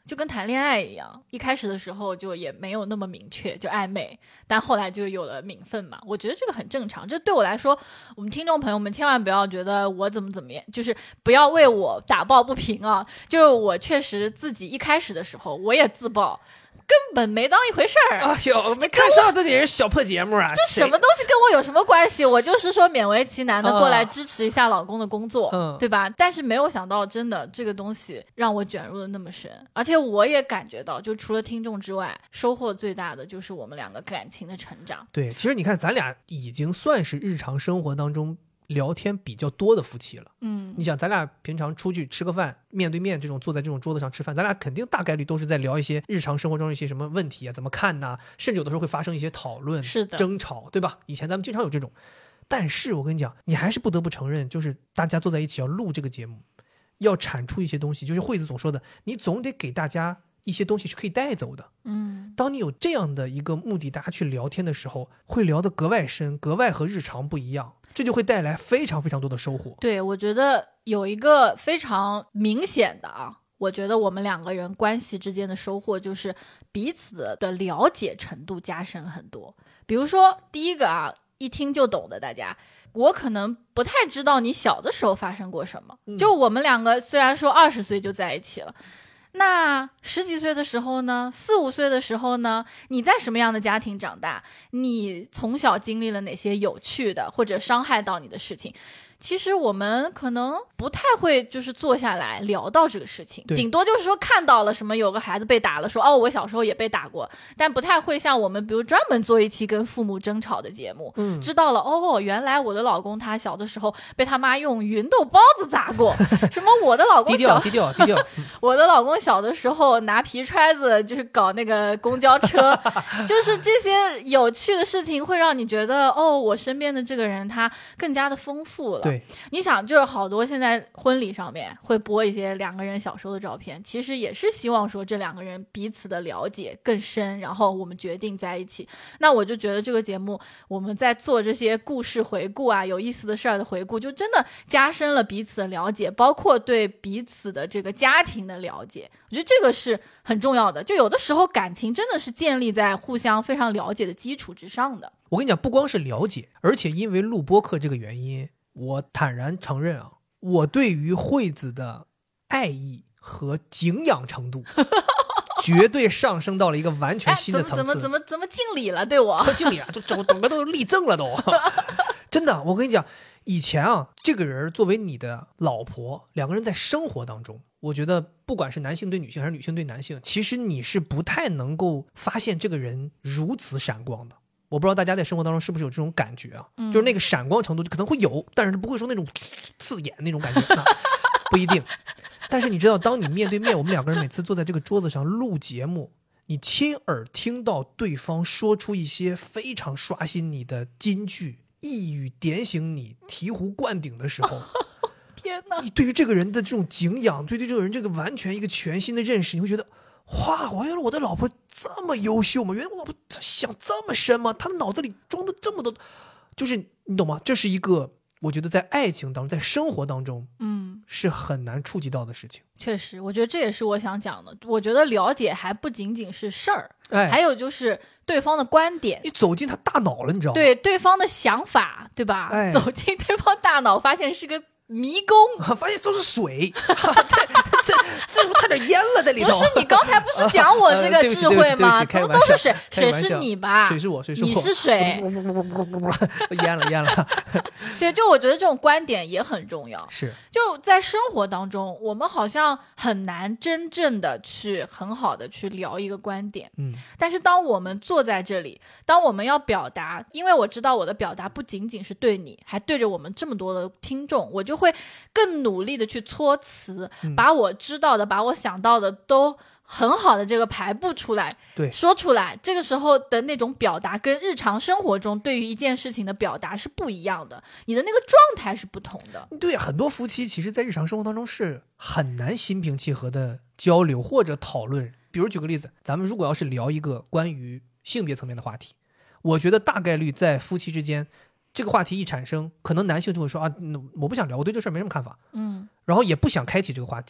就跟谈恋爱一样，一开始的时候就也没有那么明确，就暧昧，但后来就有了名分嘛。我觉得这个很正常。这对我来说，我们听众朋友们千万不要觉得我怎么样，就是不要为我打抱不平啊。就是我确实自己一开始的时候我也自曝，根本没当一回事儿。 哎呦，没看上这点小破节目啊！ 这什么东西跟我有什么关系？我就是说勉为其难的过来支持一下老公的工作，对吧？但是没有想到，真的这个东西让我卷入的那么深，而且我也感觉到，就除了听众之外，收获最大的就是我们两个感情的成长。 对，其实你看，咱俩已经算是日常生活当中聊天比较多的夫妻了。你想咱俩平常出去吃个饭，面对面这种坐在这种桌子上吃饭，咱俩肯定大概率都是在聊一些日常生活中一些什么问题啊，怎么看呐，甚至有的时候会发生一些讨论、 是的， 争吵，对吧？以前咱们经常有这种。但是我跟你讲，你还是不得不承认，就是大家坐在一起要录这个节目，要产出一些东西，就是惠子总说的，你总得给大家一些东西是可以带走的。当你有这样的一个目的，大家去聊天的时候，会聊得格外深，格外和日常不一样，这就会带来非常非常多的收获。 对，我觉得有一个非常明显的啊，我觉得我们两个人关系之间的收获就是彼此的了解程度加深很多。比如说第一个啊，一听就懂的，大家，我可能不太知道你小的时候发生过什么。就我们两个虽然说20岁就在一起了，那10几岁的时候呢，4、5岁的时候呢，你在什么样的家庭长大？你从小经历了哪些有趣的或者伤害到你的事情？其实我们可能不太会就是坐下来聊到这个事情，顶多就是说看到了什么有个孩子被打了，说哦我小时候也被打过，但不太会像我们比如专门做一期跟父母争吵的节目，知道了哦原来我的老公他小的时候被他妈用芸豆包子砸过，什么我的老公小低调我的老公小的时候拿皮揣子就是搞那个公交车就是这些有趣的事情会让你觉得哦我身边的这个人他更加的丰富了。 对， 你想就是好多现在婚礼上面会播一些两个人小时候的照片，其实也是希望说这两个人彼此的了解更深，然后我们决定在一起。那我就觉得这个节目我们在做这些故事回顾啊，有意思的事儿的回顾，就真的加深了彼此的了解，包括对彼此的这个家庭的了解，我觉得这个是很重要的。就有的时候感情真的是建立在互相非常了解的基础之上的。 我跟你讲，不光是了解，而且因为录播客这个原因，我坦然承认啊，我对于惠子的爱意和敬仰程度绝对上升到了一个完全新的层次。 怎么敬礼了？对我敬礼啊，就整个都立正了都。真的，我跟你讲，以前啊，这个人作为你的老婆，两个人在生活当中，我觉得不管是男性对女性还是女性对男性，其实你是不太能够发现这个人如此闪光的。我不知道大家在生活当中是不是有这种感觉啊？就是那个闪光程度可能会有，但是不会说那种刺眼那种感觉，不一定。但是你知道，当你面对面，我们两个人每次坐在这个桌子上录节目，你亲耳听到对方说出一些非常刷新你的金句，一语点醒你醍醐灌顶的时候， 天哪！ 你对于这个人的这种敬仰，对这个人这个完全一个全新的认识，你会觉得哇，原来我的老婆这么优秀吗？原来我老婆想这么深吗？她的脑子里装的这么多，就是你懂吗？这是一个我觉得在爱情当中，在生活当中，是很难触及到的事情。 确实，我觉得这也是我想讲的。我觉得了解还不仅仅是事儿，还有就是对方的观点。 你走进他大脑了，你知道吗？ 对，对方的想法，对吧？走进对方大脑，发现是个迷宫， 发现都是水，这差点淹了在里头。 不是你刚才不是讲我这个智慧吗？怎么都是水？水是你吧？ 水是我， 你是水， 淹了。 对，就我觉得这种观点也很重要。 是， 就在生活当中，我们好像很难真正的去很好的去聊一个观点。但是当我们坐在这里，当我们要表达，因为我知道我的表达不仅仅是对你，还对着我们这么多的听众，我就会更努力的去措辞，把我知道的，把我想到的都很好的这个排布出来， 对， 说出来。这个时候的那种表达跟日常生活中对于一件事情的表达是不一样的，你的那个状态是不同的。 对，很多夫妻其实在日常生活当中是很难心平气和的交流或者讨论。比如举个例子，咱们如果要是聊一个关于性别层面的话题，我觉得大概率在夫妻之间，这个话题一产生，可能男性就会说啊，我不想聊，我对这事儿没什么看法，然后也不想开启这个话题。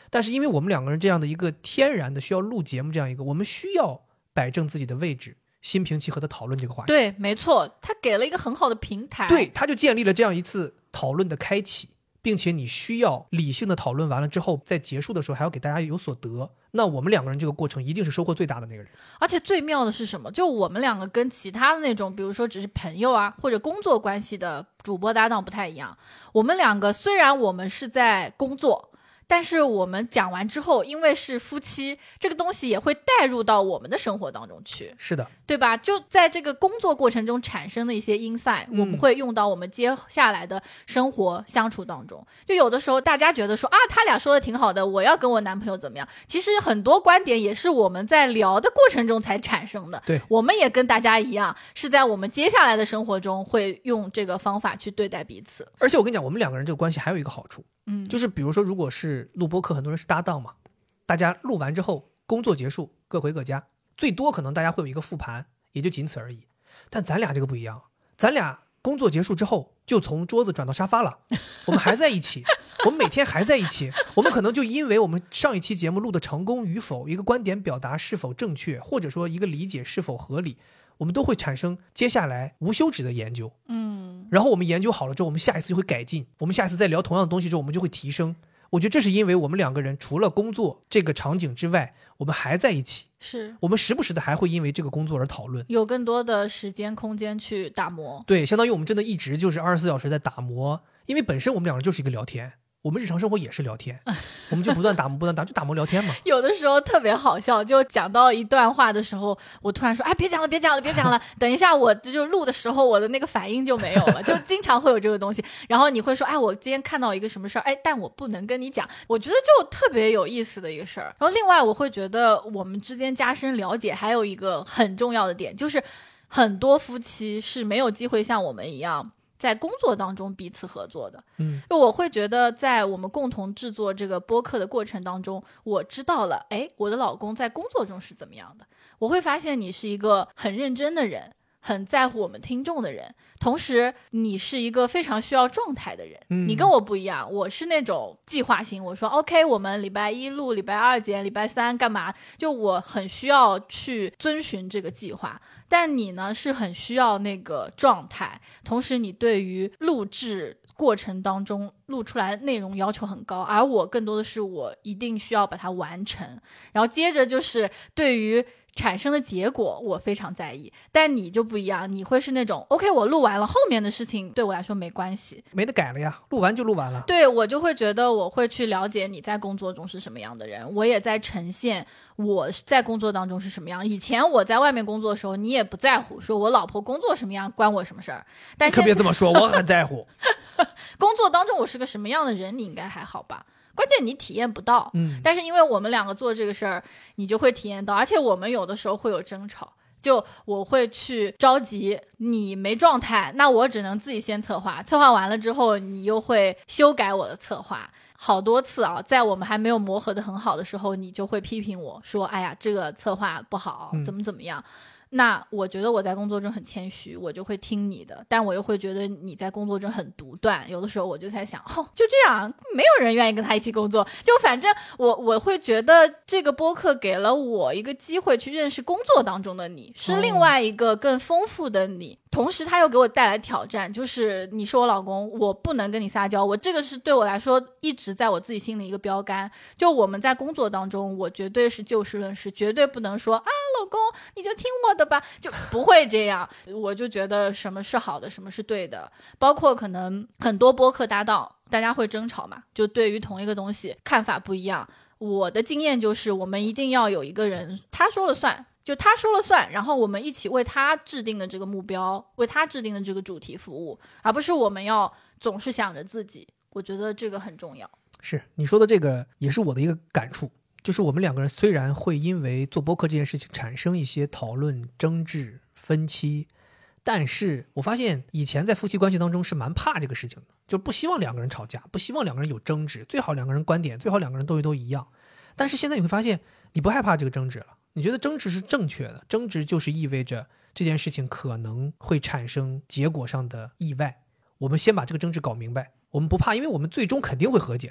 但是因为我们两个人这样的一个天然的需要录节目这样一个，我们需要摆正自己的位置，心平气和的讨论这个话题。 对，没错，他给了一个很好的平台。 对，他就建立了这样一次讨论的开启，并且你需要理性的讨论完了之后，在结束的时候还要给大家有所得。那我们两个人这个过程一定是收获最大的那个人。 而且最妙的是什么？就我们两个跟其他的那种，比如说只是朋友啊，或者工作关系的主播搭档不太一样。我们两个虽然我们是在工作，但是我们讲完之后，因为是夫妻，这个东西也会带入到我们的生活当中去。 是的， 对吧？就在这个工作过程中产生的一些 insight，我们会用到我们接下来的生活相处当中。就有的时候大家觉得说啊，他俩说的挺好的，我要跟我男朋友怎么样？其实很多观点也是我们在聊的过程中才产生的。 对， 我们也跟大家一样，是在我们接下来的生活中会用这个方法去对待彼此。 而且我跟你讲，我们两个人这个关系还有一个好处，就是比如说如果是录播课，很多人是搭档嘛，大家录完之后工作结束各回各家，最多可能大家会有一个复盘，也就仅此而已。但咱俩这个不一样，咱俩工作结束之后就从桌子转到沙发了，我们还在一起，我们每天还在一起。我们可能就因为我们上一期节目录的成功与否，一个观点表达是否正确，或者说一个理解是否合理，我们都会产生接下来无休止的研究。然后我们研究好了之后，我们下一次就会改进，我们下一次再聊同样的东西之后，我们就会提升。我觉得这是因为我们两个人除了工作这个场景之外，我们还在一起， 是我们时不时的还会因为这个工作而讨论， 有更多的时间空间去打磨。 对，相当于我们真的一直就是24小时在打磨，因为本身我们两个人就是一个聊天，我们日常生活也是聊天，我们就不断打磨，不断打，就打磨聊天嘛。 有的时候特别好笑，就讲到一段话的时候，我突然说：“哎，别讲了，别讲了，别讲了。”等一下，我就录的时候，我的那个反应就没有了，就经常会有这个东西。然后你会说：“哎，我今天看到一个什么事儿，哎，但我不能跟你讲。”我觉得就特别有意思的一个事儿。然后另外，我会觉得我们之间加深了解，还有一个很重要的点，就是很多夫妻是没有机会像我们一样在工作当中彼此合作的。就我会觉得在我们共同制作这个播客的过程当中，我知道了，哎，我的老公在工作中是怎么样的。我会发现你是一个很认真的人，很在乎我们听众的人，同时你是一个非常需要状态的人。你跟我不一样，我是那种计划型，我说 OK， 我们礼拜一录，礼拜二剪，礼拜三干嘛，就我很需要去遵循这个计划。但你呢是很需要那个状态，同时你对于录制过程当中录出来的内容要求很高，而我更多的是我一定需要把它完成，然后接着就是对于产生的结果我非常在意。但你就不一样，你会是那种 OK， 我录完了，后面的事情对我来说没关系， 没得改了呀，录完就录完了。 对，我就会觉得我会去了解你在工作中是什么样的人，我也在呈现我在工作当中是什么样。以前我在外面工作的时候，你也不在乎，说我老婆工作什么样关我什么事儿。但可别这么说，我很在乎。 工作当中我是个什么样的人，你应该还好吧？关键你体验不到，但是因为我们两个做这个事儿，你就会体验到。而且我们有的时候会有争吵，就我会去着急你没状态，那我只能自己先策划，策划完了之后你又会修改我的策划。好多次啊，在我们还没有磨合的很好的时候，你就会批评我说，哎呀，这个策划不好，怎么样。那我觉得我在工作中很谦虚，我就会听你的，但我又会觉得你在工作中很独断。有的时候我就在想，就这样，没有人愿意跟他一起工作。就反正我会觉得这个播客给了我一个机会去认识工作当中的你，是另外一个更丰富的你。同时他又给我带来挑战，就是你是我老公，我不能跟你撒娇，我这个是对我来说一直在我自己心里一个标杆。就我们在工作当中，我绝对是就事论事，绝对不能说啊老公你就听我的吧，就不会这样。我就觉得什么是好的，什么是对的。包括可能很多播客搭档大家会争吵嘛，就对于同一个东西看法不一样。我的经验就是我们一定要有一个人他说了算，就他说了算，然后我们一起为他制定的这个目标，为他制定的这个主题服务，而不是我们要总是想着自己。我觉得这个很重要。 是你说的这个也是我的一个感触，就是我们两个人虽然会因为做播客这件事情产生一些讨论、争执、分歧，但是我发现以前在夫妻关系当中是蛮怕这个事情的，就不希望两个人吵架，不希望两个人有争执，最好两个人观点，最好两个人都一样。但是现在你会发现你不害怕这个争执了，你觉得争执是正确的，争执就是意味着这件事情可能会产生结果上的意外。我们先把这个争执搞明白，我们不怕，因为我们最终肯定会和解的。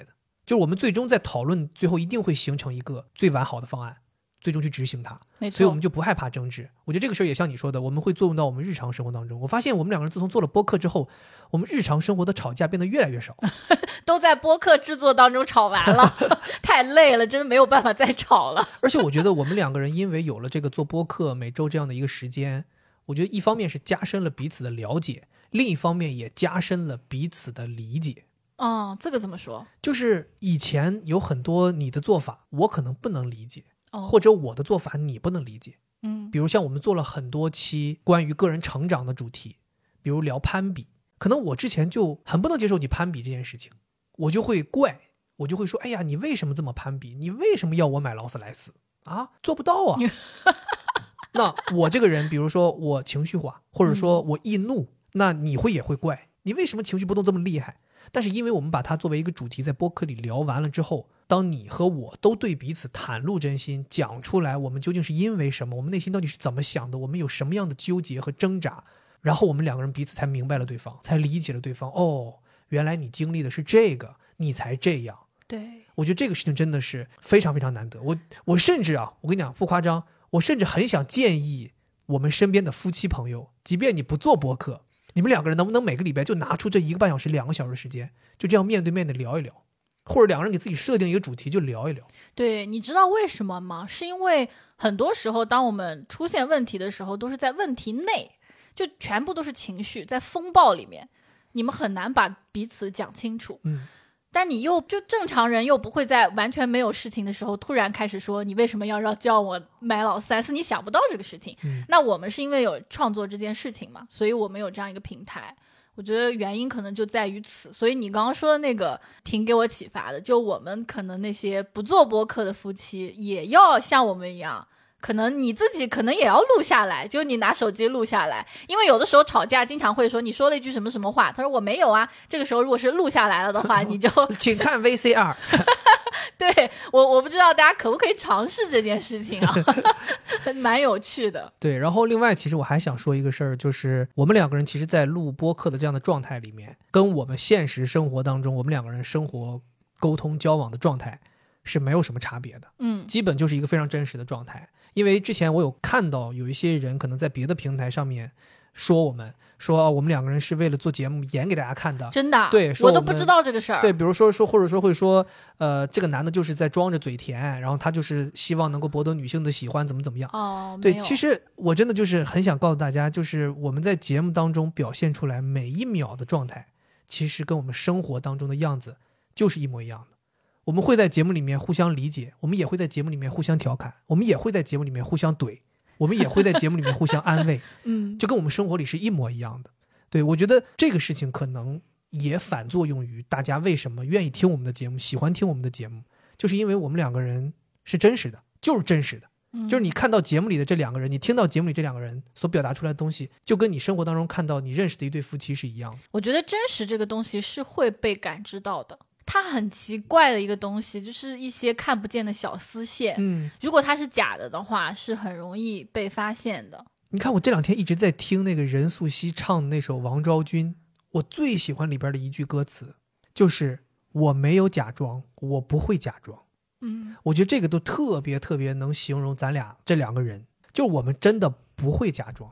就是我们最终在讨论，最后一定会形成一个最完好的方案，最终去执行它。 没错， 所以我们就不害怕争执。我觉得这个事儿也像你说的，我们会作用到我们日常生活当中。我发现我们两个人自从做了播客之后，我们日常生活的吵架变得越来越少， 都在播客制作当中吵完了，太累了，真的没有办法再吵了。 而且我觉得我们两个人因为有了这个做播客每周这样的一个时间，我觉得一方面是加深了彼此的了解，另一方面也加深了彼此的理解。 哦，这个怎么说？ 就是以前有很多你的做法我可能不能理解，或者我的做法你不能理解。比如像我们做了很多期关于个人成长的主题，比如聊攀比，可能我之前就很不能接受你攀比这件事情，我就会怪，我就会说，哎呀，你为什么这么攀比？你为什么要我买劳斯莱斯啊？做不到啊。那我这个人，比如说我情绪化，或者说我易怒，那你也会怪，你为什么情绪波动这么厉害？但是因为我们把它作为一个主题在播客里聊完了之后，当你和我都对彼此袒露真心，讲出来我们究竟是因为什么，我们内心到底是怎么想的，我们有什么样的纠结和挣扎，然后我们两个人彼此才明白了对方，才理解了对方。哦，原来你经历的是这个，你才这样。 对， 我觉得这个事情真的是非常非常难得。我甚至我跟你讲不夸张，我甚至很想建议我们身边的夫妻朋友，即便你不做播客，你们两个人能不能每个礼拜就拿出这1个半小时、2个小时的时间，就这样面对面的聊一聊，或者两个人给自己设定一个主题就聊一聊。 对，你知道为什么吗？是因为很多时候当我们出现问题的时候，都是在问题内，就全部都是情绪，在风暴里面，你们很难把彼此讲清楚。但你又就正常人又不会在完全没有事情的时候突然开始说你为什么要叫我买劳斯莱斯，你想不到这个事情。那我们是因为有创作这件事情嘛，所以我们有这样一个平台。我觉得原因可能就在于此，所以你刚刚说的那个挺给我启发的，就我们可能那些不做播客的夫妻也要像我们一样，可能你自己可能也要录下来，就你拿手机录下来，因为有的时候吵架经常会说你说了一句什么什么话，他说我没有啊，这个时候如果是录下来了的话你就请看 VCR 对，我不知道大家可不可以尝试这件事情啊蛮有趣的。 对，然后另外其实我还想说一个事儿，就是我们两个人其实在录播客的这样的状态里面，跟我们现实生活当中我们两个人生活沟通交往的状态是没有什么差别的。基本就是一个非常真实的状态。因为之前我有看到有一些人可能在别的平台上面说我们两个人是为了做节目演给大家看的。 真的？ 对， 我都不知道这个事儿。 对，比如说或者说会说这个男的就是在装着嘴甜，然后他就是希望能够博得女性的喜欢，怎么样。对，其实我真的就是很想告诉大家，就是我们在节目当中表现出来每一秒的状态，其实跟我们生活当中的样子就是一模一样的。我们会在节目里面互相理解，我们也会在节目里面互相调侃，我们也会在节目里面互相怼，我们也会在节目里面互相安慰就跟我们生活里是一模一样的。对，我觉得这个事情可能也反作用于大家为什么愿意听我们的节目，喜欢听我们的节目，就是因为我们两个人是真实的，就是真实的。就是你看到节目里的这两个人，你听到节目里这两个人所表达出来的东西，就跟你生活当中看到你认识的一对夫妻是一样的。 我觉得真实这个东西是会被感知到的。它很奇怪的一个东西，就是一些看不见的小丝线。如果它是假的话，是很容易被发现的。 你看我这2天一直在听那个任素汐唱的那首《王昭君》，我最喜欢里边的一句歌词，就是我没有假装，我不会假装。我觉得这个都特别特别能形容咱俩这2个人，就我们真的不会假装。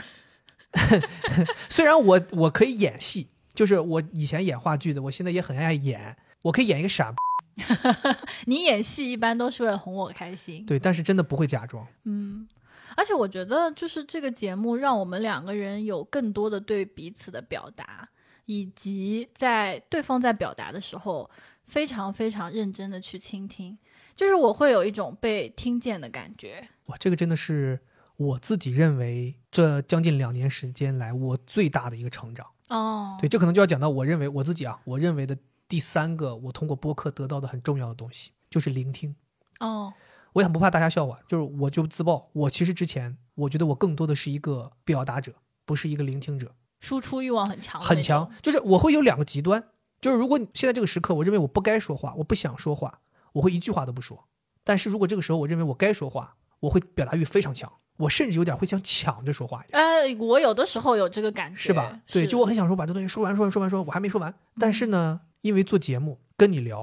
虽然我可以演戏，就是我以前演话剧的，我现在也很爱演，我可以演一个傻你演戏一般都是为了哄我开心。 对，但是真的不会假装。 而且我觉得就是这个节目让我们2个人有更多的对彼此的表达，以及在对方在表达的时候非常非常认真的去倾听，就是我会有一种被听见的感觉。 哇，这个真的是我自己认为这将近2年时间来我最大的一个成长。对，这可能就要讲到我认为我自己我认为的第3个我通过播客得到的很重要的东西，就是聆听。我也很不怕大家笑话，就是我就自曝，我其实之前我觉得我更多的是一个表达者，不是一个聆听者， 输出欲望很强很强。就是我会有2个极端，就是如果现在这个时刻我认为我不该说话，我不想说话，我会一句话都不说。但是如果这个时候我认为我该说话，我会表达欲非常强，我甚至有点会想抢着说话。 我有的时候有这个感觉， 是吧？对，就我很想说把这东西说完，我还没说完。但是呢，因为做节目跟你聊，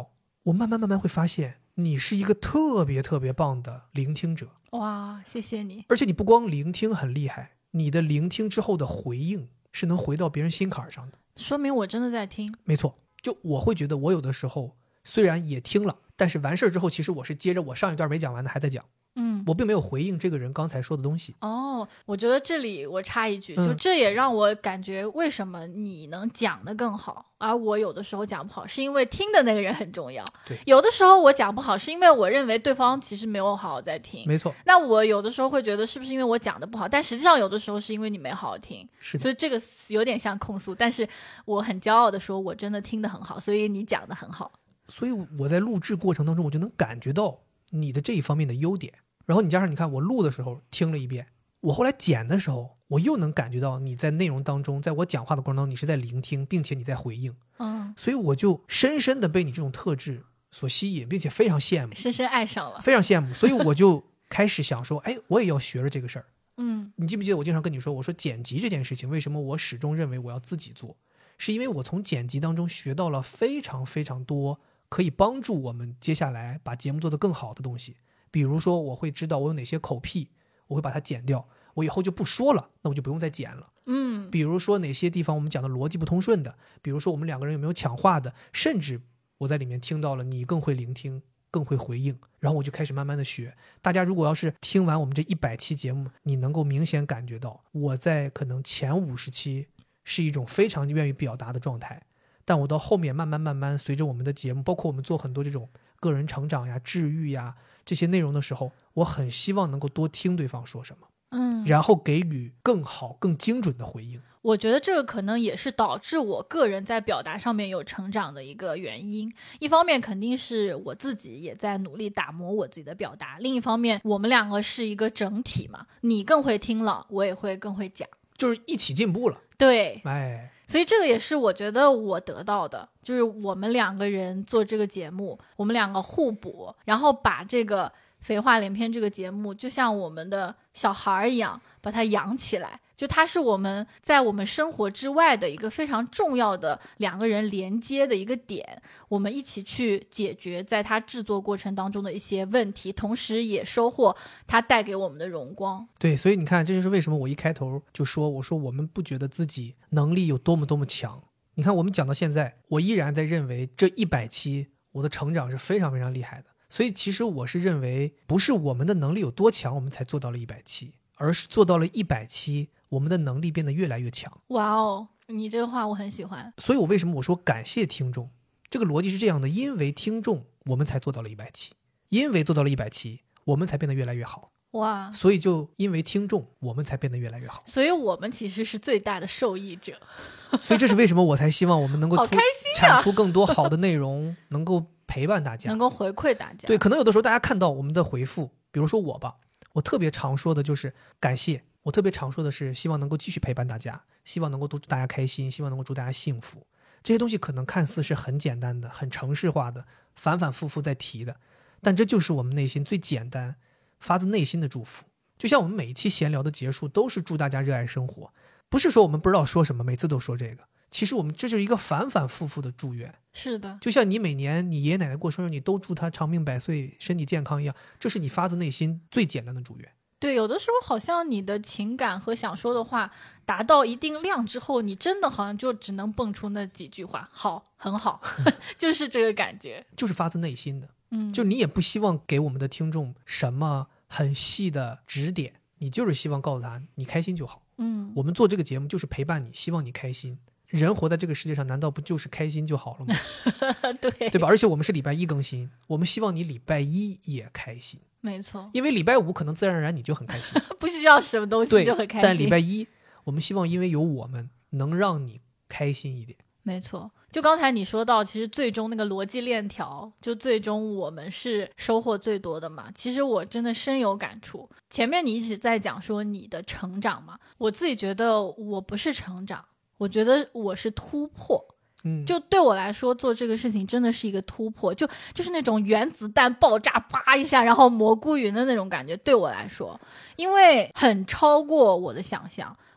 我慢慢会发现你是一个特别特别棒的聆听者。 哇，谢谢你。 而且你不光聆听很厉害，你的聆听之后的回应是能回到别人心坎上的， 说明我真的在听。 没错，就我会觉得我有的时候虽然也听了，但是完事之后其实我是接着我上一段没讲完的还在讲，我并没有回应这个人刚才说的东西。 我觉得这里我插一句，就这也让我感觉为什么你能讲得更好，而我有的时候讲不好，是因为听的那个人很重要。 对， 有的时候我讲不好是因为我认为对方其实没有好好在听。 没错。 那我有的时候会觉得是不是因为我讲得不好，但实际上有的时候是因为你没好好听。 是的。 所以这个有点像控诉，但是我很骄傲的说我真的听得很好，所以你讲得很好。 所以我在录制过程当中我就能感觉到你的这一方面的优点，然后你加上你看我录的时候听了一遍，我后来剪的时候我又能感觉到你在内容当中，在我讲话的过程当中你是在聆听并且你在回应。所以我就深深的被你这种特质所吸引，并且非常羡慕， 深深爱上了， 非常羡慕。所以我就开始想说哎，我也要学着这个事儿。你记不记得我经常跟你说，我说剪辑这件事情为什么我始终认为我要自己做，是因为我从剪辑当中学到了非常非常多可以帮助我们接下来把节目做得更好的东西。比如说我会知道我有哪些口癖，我会把它剪掉，我以后就不说了，那我就不用再剪了。比如说哪些地方我们讲的逻辑不通顺的，比如说我们两个人有没有抢话的，甚至我在里面听到了你更会聆听更会回应，然后我就开始慢慢的学。大家如果要是听完我们这100期节目，你能够明显感觉到我在可能前50期是一种非常愿意表达的状态，但我到后面慢慢随着我们的节目，包括我们做很多这种个人成长呀治愈呀这些内容的时候，我很希望能够多听对方说什么，然后给予更好更精准的回应。 我觉得这个可能也是导致我个人在表达上面有成长的一个原因。一方面肯定是我自己也在努力打磨我自己的表达，另一方面我们两个是一个整体嘛，你更会听了，我也会更会讲， 就是一起进步了。 对， 所以这个也是我觉得我得到的，就是我们两个人做这个节目，我们两个互补，然后把这个废话连篇这个节目就像我们的小孩一样把它养起来，就它是我们在我们生活之外的一个非常重要的两个人连接的一个点，我们一起去解决在它制作过程当中的一些问题，同时也收获它带给我们的荣光。 对，所以你看这就是为什么我一开头就说，我说我们不觉得自己能力有多么强。你看我们讲到现在，我依然在认为这100期我的成长是非常非常厉害的。所以其实我是认为不是我们的能力有多强我们才做到了100期，而是做到了100期我们的能力变得越来越强。 哇哦，你这个话我很喜欢。 所以我为什么我说感谢听众，这个逻辑是这样的，因为听众我们才做到了100期，因为做到了100期我们才变得越来越好。 哇， 所以就因为听众我们才变得越来越好， 所以我们其实是最大的受益者。 所以这是为什么我才希望我们能够好开心产出更多好的内容能够陪伴大家， 能够回馈大家。 对，可能有的时候大家看到我们的回复，比如说我吧，我特别常说的就是感谢，我特别常说的是希望能够继续陪伴大家，希望能够祝大家开心，希望能够祝大家幸福。这些东西可能看似是很简单的很程式化的反反复复在提的，但这就是我们内心最简单发自内心的祝福。就像我们每一期闲聊的结束都是祝大家热爱生活，不是说我们不知道说什么每次都说这个，其实我们这就是一个反反复复的祝愿。 是的， 就像你每年你爷爷奶奶过生日你都祝他长命百岁身体健康一样，这是你发自内心最简单的祝愿。 对，有的时候好像你的情感和想说的话达到一定量之后，你真的好像就只能蹦出那几句话，好，很好就是这个感觉， 就是发自内心的。就你也不希望给我们的听众什么很细的指点，你就是希望告诉他你开心就好。我们做这个节目就是陪伴你，希望你开心。人活在这个世界上难道不就是开心就好了吗？对吧？而且我们是礼拜一更新，我们希望你礼拜一也开心。 没错， 因为礼拜五可能自然而然你就很开心不需要什么东西就很开心。 但礼拜一我们希望因为有我们能让你开心一点。 没错，就刚才你说到其实最终那个逻辑链条，就最终我们是收获最多的嘛。其实我真的深有感触，前面你一直在讲说你的成长嘛，我自己觉得我不是成长，我觉得我是突破。就对我来说做这个事情真的是一个突破，就是那种原子弹爆炸啪一下然后蘑菇云的那种感觉，对我来说因为很超过我的想象。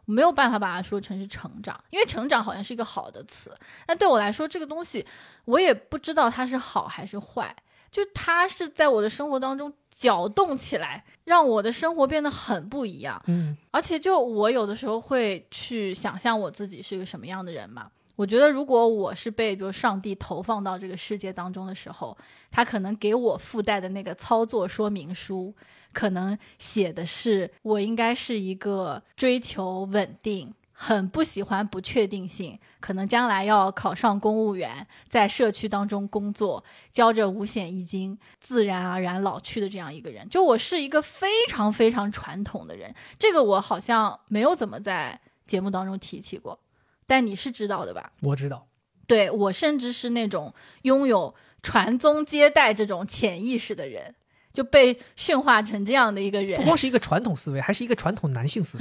没有办法把它说成是成长，因为成长好像是一个好的词，但对我来说这个东西我也不知道它是好还是坏，就它是在我的生活当中搅动起来，让我的生活变得很不一样。而且就我有的时候会去想象我自己是一个什么样的人嘛，我觉得如果我是被比如上帝投放到这个世界当中的时候，他可能给我附带的那个操作说明书可能写的是我应该是一个追求稳定，很不喜欢不确定性，可能将来要考上公务员，在社区当中工作，交着五险一金，自然而然老去的这样一个人。就我是一个非常非常传统的人，这个我好像没有怎么在节目当中提起过，但你是知道的吧？ 我知道。 对，我甚至是那种拥有传宗接代这种潜意识的人，就被驯化成这样的一个人。 不光是一个传统思维，还是一个传统男性思维。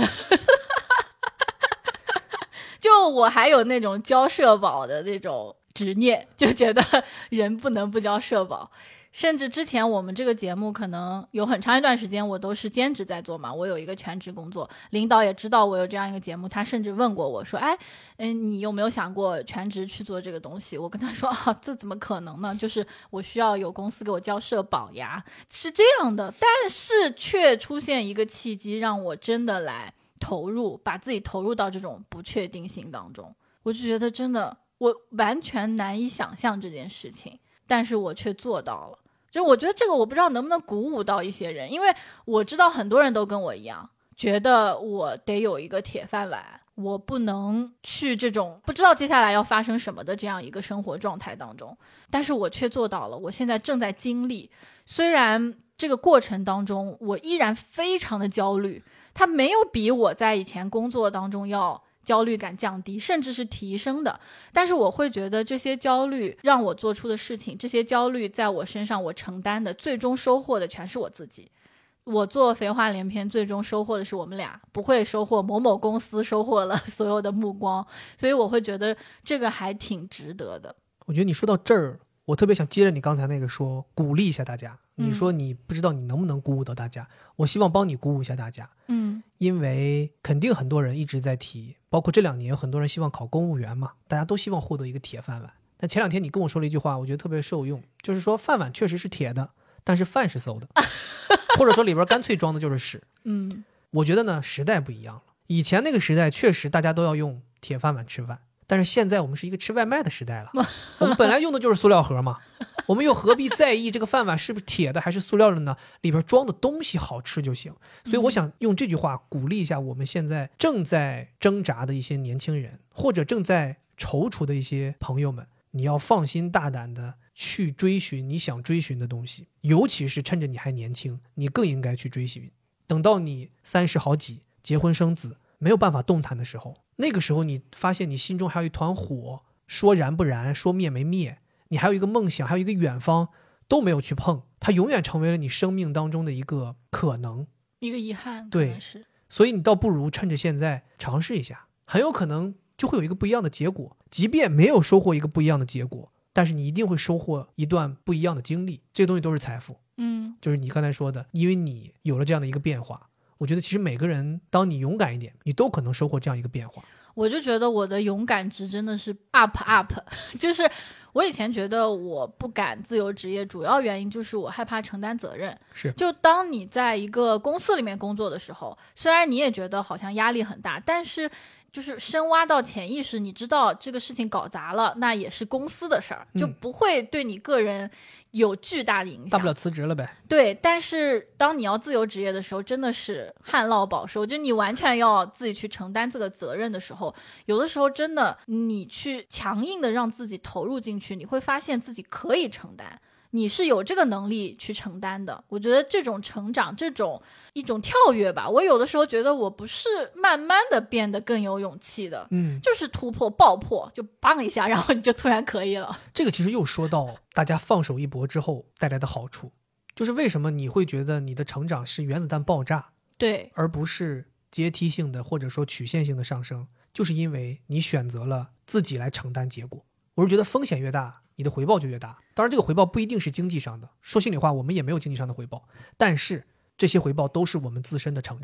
就我还有那种交社保的那种执念，就觉得人不能不交社保。甚至之前我们这个节目可能有很长一段时间我都是兼职在做嘛，我有一个全职工作，领导也知道我有这样一个节目，他甚至问过我说你有没有想过全职去做这个东西。我跟他说这怎么可能呢，就是我需要有公司给我交社保呀，是这样的。但是却出现一个契机让我真的来投入，把自己投入到这种不确定性当中，我就觉得真的我完全难以想象这件事情，但是我却做到了。就我觉得这个我不知道能不能鼓舞到一些人，因为我知道很多人都跟我一样，觉得我得有一个铁饭碗，我不能去这种不知道接下来要发生什么的这样一个生活状态当中，但是我却做到了。我现在正在经历，虽然这个过程当中我依然非常的焦虑，它没有比我在以前工作当中要焦虑感降低，甚至是提升的，但是我会觉得这些焦虑让我做出的事情，这些焦虑在我身上我承担的最终收获的全是我自己。我做肥话连篇最终收获的是我们俩，不会收获某某公司收获了所有的目光，所以我会觉得这个还挺值得的。 我觉得你说到这儿，我特别想接着你刚才那个说鼓励一下大家。你说你不知道你能不能鼓舞到大家，我希望帮你鼓舞一下大家。因为肯定很多人一直在提，包括这2年有很多人希望考公务员嘛，大家都希望获得一个铁饭碗。但前2天你跟我说了一句话，我觉得特别受用，就是说饭碗确实是铁的，但是饭是馊的，或者说里边干脆装的就是屎。我觉得呢，时代不一样了。以前那个时代确实大家都要用铁饭碗吃饭，但是现在我们是一个吃外卖的时代了，我们本来用的就是塑料盒嘛，我们又何必在意这个饭碗是不是铁的还是塑料的呢？里边装的东西好吃就行。所以我想用这句话鼓励一下我们现在正在挣扎的一些年轻人，或者正在踌躇的一些朋友们，你要放心大胆的去追寻你想追寻的东西，尤其是趁着你还年轻，你更应该去追寻。等到你30好几结婚生子没有办法动弹的时候，那个时候你发现你心中还有一团火，说燃不燃，说灭没灭，你还有一个梦想，还有一个远方都没有去碰，它永远成为了你生命当中的一个可能， 一个遗憾。 对，所以你倒不如趁着现在尝试一下，很有可能就会有一个不一样的结果。即便没有收获一个不一样的结果，但是你一定会收获一段不一样的经历，这些东西都是财富。就是你刚才说的，因为你有了这样的一个变化，我觉得其实每个人当你勇敢一点，你都可能收获这样一个变化。 我就觉得我的勇敢值真的是 up， 就是我以前觉得我不敢自由职业，主要原因就是我害怕承担责任。 是， 就当你在一个公司里面工作的时候，虽然你也觉得好像压力很大，但是就是深挖到潜意识，你知道这个事情搞砸了，那也是公司的事儿，就不会对你个人有巨大的影响， 大不了辞职了呗。 对，但是当你要自由职业的时候，真的是旱涝保收，就你完全要自己去承担这个责任的时候，有的时候真的你去强硬的让自己投入进去，你会发现自己可以承担，你是有这个能力去承担的。我觉得这种成长，这种一种跳跃吧，我有的时候觉得我不是慢慢的变得更有勇气的，就是突破爆破，就砰一下，然后你就突然可以了。 这个其实又说到大家放手一搏之后带来的好处，就是为什么你会觉得你的成长是原子弹爆炸， 对， 而不是阶梯性的或者说曲线性的上升，就是因为你选择了自己来承担结果。我是觉得风险越大，你的回报就越大。当然这个回报不一定是经济上的，说心里话我们也没有经济上的回报，但是这些回报都是我们自身的成长。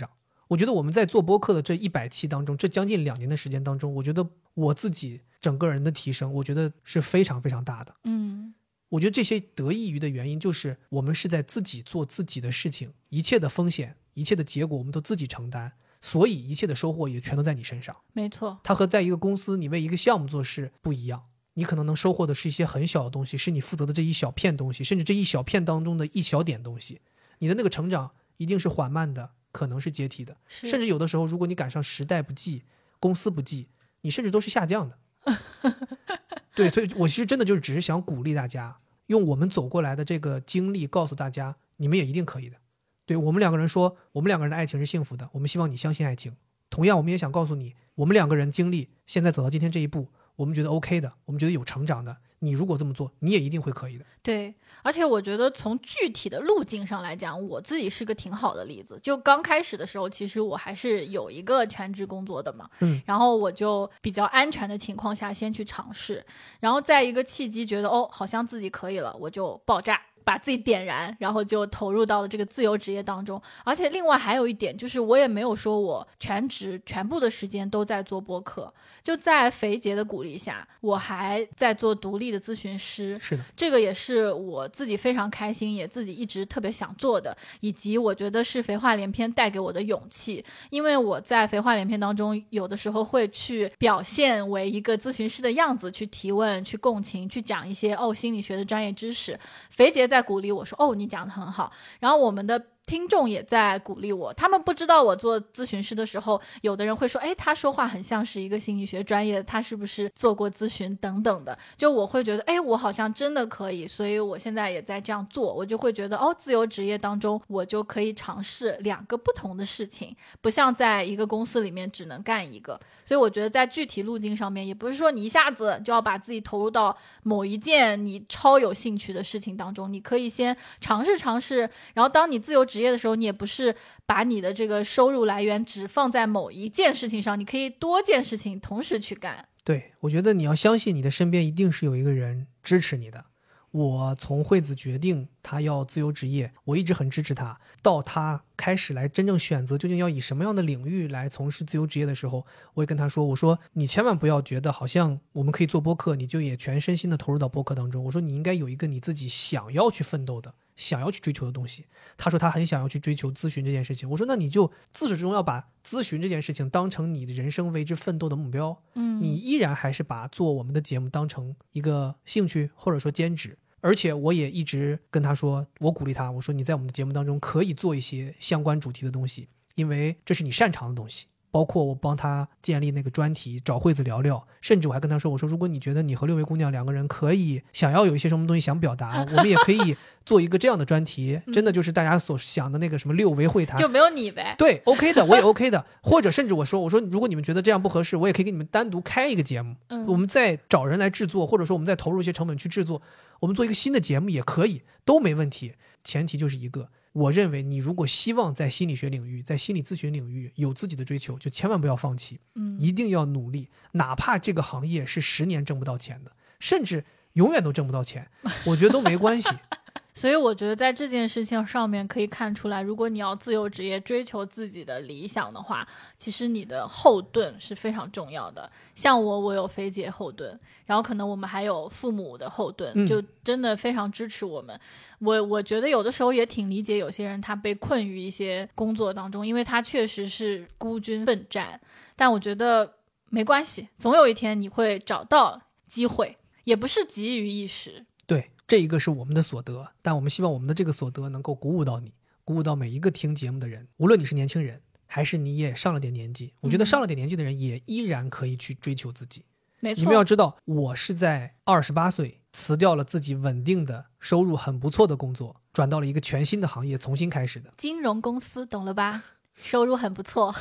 我觉得我们在做播客的这100期当中，这将近2年的时间当中，我觉得我自己整个人的提升，我觉得是非常非常大的。我觉得这些得益于的原因就是我们是在自己做自己的事情，一切的风险，一切的结果我们都自己承担，所以一切的收获也全都在你身上。 没错， 它和在一个公司你为一个项目做事不一样，你可能能收获的是一些很小的东西，是你负责的这一小片东西，甚至这一小片当中的一小点东西。你的那个成长一定是缓慢的，可能是阶梯的，甚至有的时候如果你赶上时代不济，公司不济，你甚至都是下降的。对，所以我其实真的就是只是想鼓励大家，用我们走过来的这个经历告诉大家，你们也一定可以的。对，我们2个人说，我们2个人的爱情是幸福的，我们希望你相信爱情。同样我们也想告诉你，我们2个人经历现在走到今天这一步，我们觉得 OK 的，我们觉得有成长的，你如果这么做，你也一定会可以的。 对，而且我觉得从具体的路径上来讲，我自己是个挺好的例子。就刚开始的时候，其实我还是有一个全职工作的嘛，然后我就比较安全的情况下先去尝试，然后在一个契机觉得好像自己可以了，我就爆炸，把自己点燃，然后就投入到了这个自由职业当中。而且另外还有一点就是，我也没有说我全职全部的时间都在做播客，就在肥姐的鼓励下，我还在做独立的咨询师。 是的， 这个也是我自己非常开心，也自己一直特别想做的，以及我觉得是肥话连篇带给我的勇气。因为我在肥话连篇当中，有的时候会去表现为一个咨询师的样子，去提问，去共情，去讲一些心理学的专业知识。肥姐在鼓励我说你讲得很好，然后我们的听众也在鼓励我。他们不知道我做咨询师的时候，有的人会说他说话很像是一个心理学专业的，他是不是做过咨询等等的。就我会觉得我好像真的可以，所以我现在也在这样做。我就会觉得自由职业当中我就可以尝试2个不同的事情，不像在一个公司里面只能干一个。所以我觉得在具体路径上面，也不是说你一下子就要把自己投入到某一件你超有兴趣的事情当中，你可以先尝试，然后当你自由职业的时候，你也不是把你的这个收入来源只放在某一件事情上，你可以多件事情同时去干。 对，我觉得你要相信你的身边一定是有一个人支持你的。我从惠子决定他要自由职业，我一直很支持他，到他开始来真正选择究竟要以什么样的领域来从事自由职业的时候，我也跟他说，我说你千万不要觉得好像我们可以做播客，你就也全身心的投入到播客当中。我说你应该有一个你自己想要去奋斗的，想要去追求的东西。他说他很想要去追求咨询这件事情。我说那你就自始至终要把咨询这件事情当成你的人生为之奋斗的目标。你依然还是把做我们的节目当成一个兴趣或者说兼职。而且我也一直跟他说，我鼓励他，我说你在我们的节目当中可以做一些相关主题的东西，因为这是你擅长的东西。包括我帮他建立那个专题，找惠子聊聊，甚至我还跟他说，我说如果你觉得你和6位姑娘2个人可以想要有一些什么东西想表达，我们也可以做一个这样的专题，真的就是大家所想的那个什么6维会谈， 就没有你呗。 对 OK 的，我也 OK 的。或者甚至我说如果你们觉得这样不合适，我也可以给你们单独开一个节目，我们再找人来制作，或者说我们再投入一些成本去制作，我们做一个新的节目也可以，都没问题。前提就是一个，我认为你如果希望在心理学领域，在心理咨询领域有自己的追求，就千万不要放弃，一定要努力，哪怕这个行业是10年挣不到钱的，甚至永远都挣不到钱，我觉得都没关系。 所以我觉得在这件事情上面可以看出来，如果你要自由职业追求自己的理想的话，其实你的后盾是非常重要的。像我有肥姐后盾，然后可能我们还有父母的后盾，就真的非常支持我们。我觉得有的时候也挺理解有些人他被困于一些工作当中，因为他确实是孤军奋战，但我觉得没关系，总有一天你会找到机会，也不是急于一时。 对，这一个是我们的所得，但我们希望我们的这个所得能够鼓舞到你，鼓舞到每一个听节目的人，无论你是年轻人还是你也上了点年纪，我觉得上了点年纪的人也依然可以去追求自己。 没错， 你们要知道，我是在28岁辞掉了自己稳定的收入很不错的工作，转到了一个全新的行业重新开始的金融公司，懂了吧？收入很不错。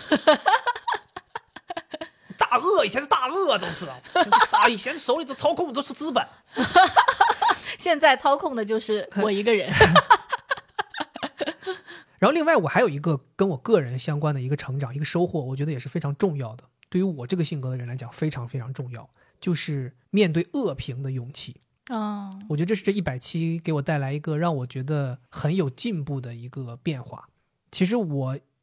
大鳄以前是大鳄都是啥，以前手里都操控的都是资本。 现在操控的就是我一个人。 然后另外我还有一个跟我个人相关的一个成长，一个收获，我觉得也是非常重要的，对于我这个性格的人来讲非常非常重要，就是面对恶评的勇气。我觉得这是这100期给我带来一个让我觉得很有进步的一个变化。其实我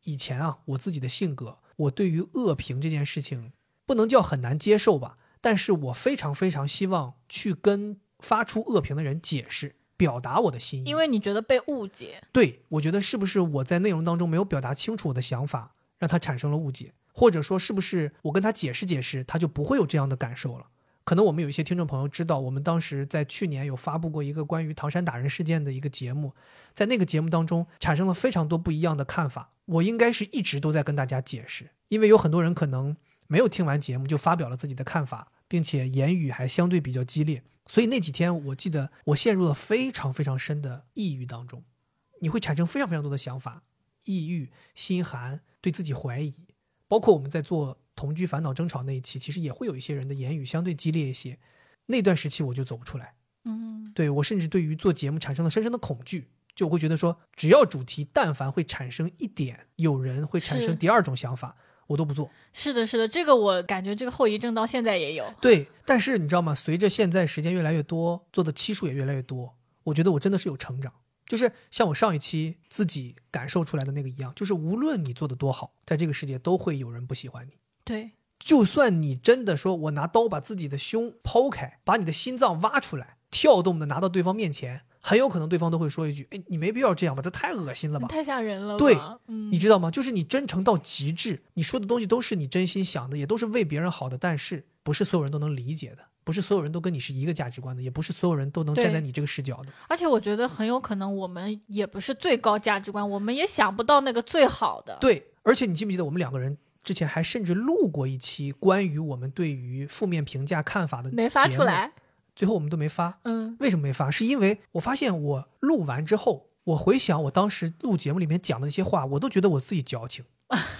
以前啊，我自己的性格，我对于恶评这件事情不能叫很难接受吧，但是我非常非常希望去跟发出恶评的人解释，表达我的心意。 因为你觉得被误解。 对，我觉得是不是我在内容当中没有表达清楚我的想法，让他产生了误解，或者说是不是我跟他解释解释，他就不会有这样的感受了。可能我们有一些听众朋友知道，我们当时在去年有发布过一个关于唐山打人事件的一个节目，在那个节目当中产生了非常多不一样的看法。我应该是一直都在跟大家解释，因为有很多人可能没有听完节目就发表了自己的看法，并且言语还相对比较激烈，所以那几天我记得我陷入了非常非常深的抑郁当中。你会产生非常非常多的想法，抑郁、心寒、对自己怀疑，包括我们在做同居烦恼争吵那一期，其实也会有一些人的言语相对激烈一些。那段时期我就走不出来，对，我甚至对于做节目产生了深深的恐惧，就我会觉得说，只要主题但凡会产生一点有人会产生第二种想法，我都不做。是的，这个我感觉这个后遗症到现在也有。 对，但是你知道吗？随着现在时间越来越多，做的期数也越来越多，我觉得我真的是有成长。就是像我上一期自己感受出来的那个一样，就是无论你做的多好，在这个世界都会有人不喜欢你。 对， 就算你真的说我拿刀把自己的胸剖开，把你的心脏挖出来，跳动的拿到对方面前，很有可能对方都会说一句，哎，你没必要这样吧，这太恶心了吧， 太吓人了吧。 对，你知道吗？就是你真诚到极致，你说的东西都是你真心想的，也都是为别人好的，但是不是所有人都能理解的，不是所有人都跟你是一个价值观的，也不是所有人都能站在你这个视角的。 而且我觉得很有可能我们也不是最高价值观，我们也想不到那个最好的。 对，而且你记不记得我们两个人之前还甚至录过一期关于我们对于负面评价看法的节目， 没发出来， 最后我们都没发。为什么没发？是因为我发现我录完之后，我回想我当时录节目里面讲的那些话，我都觉得我自己矫情。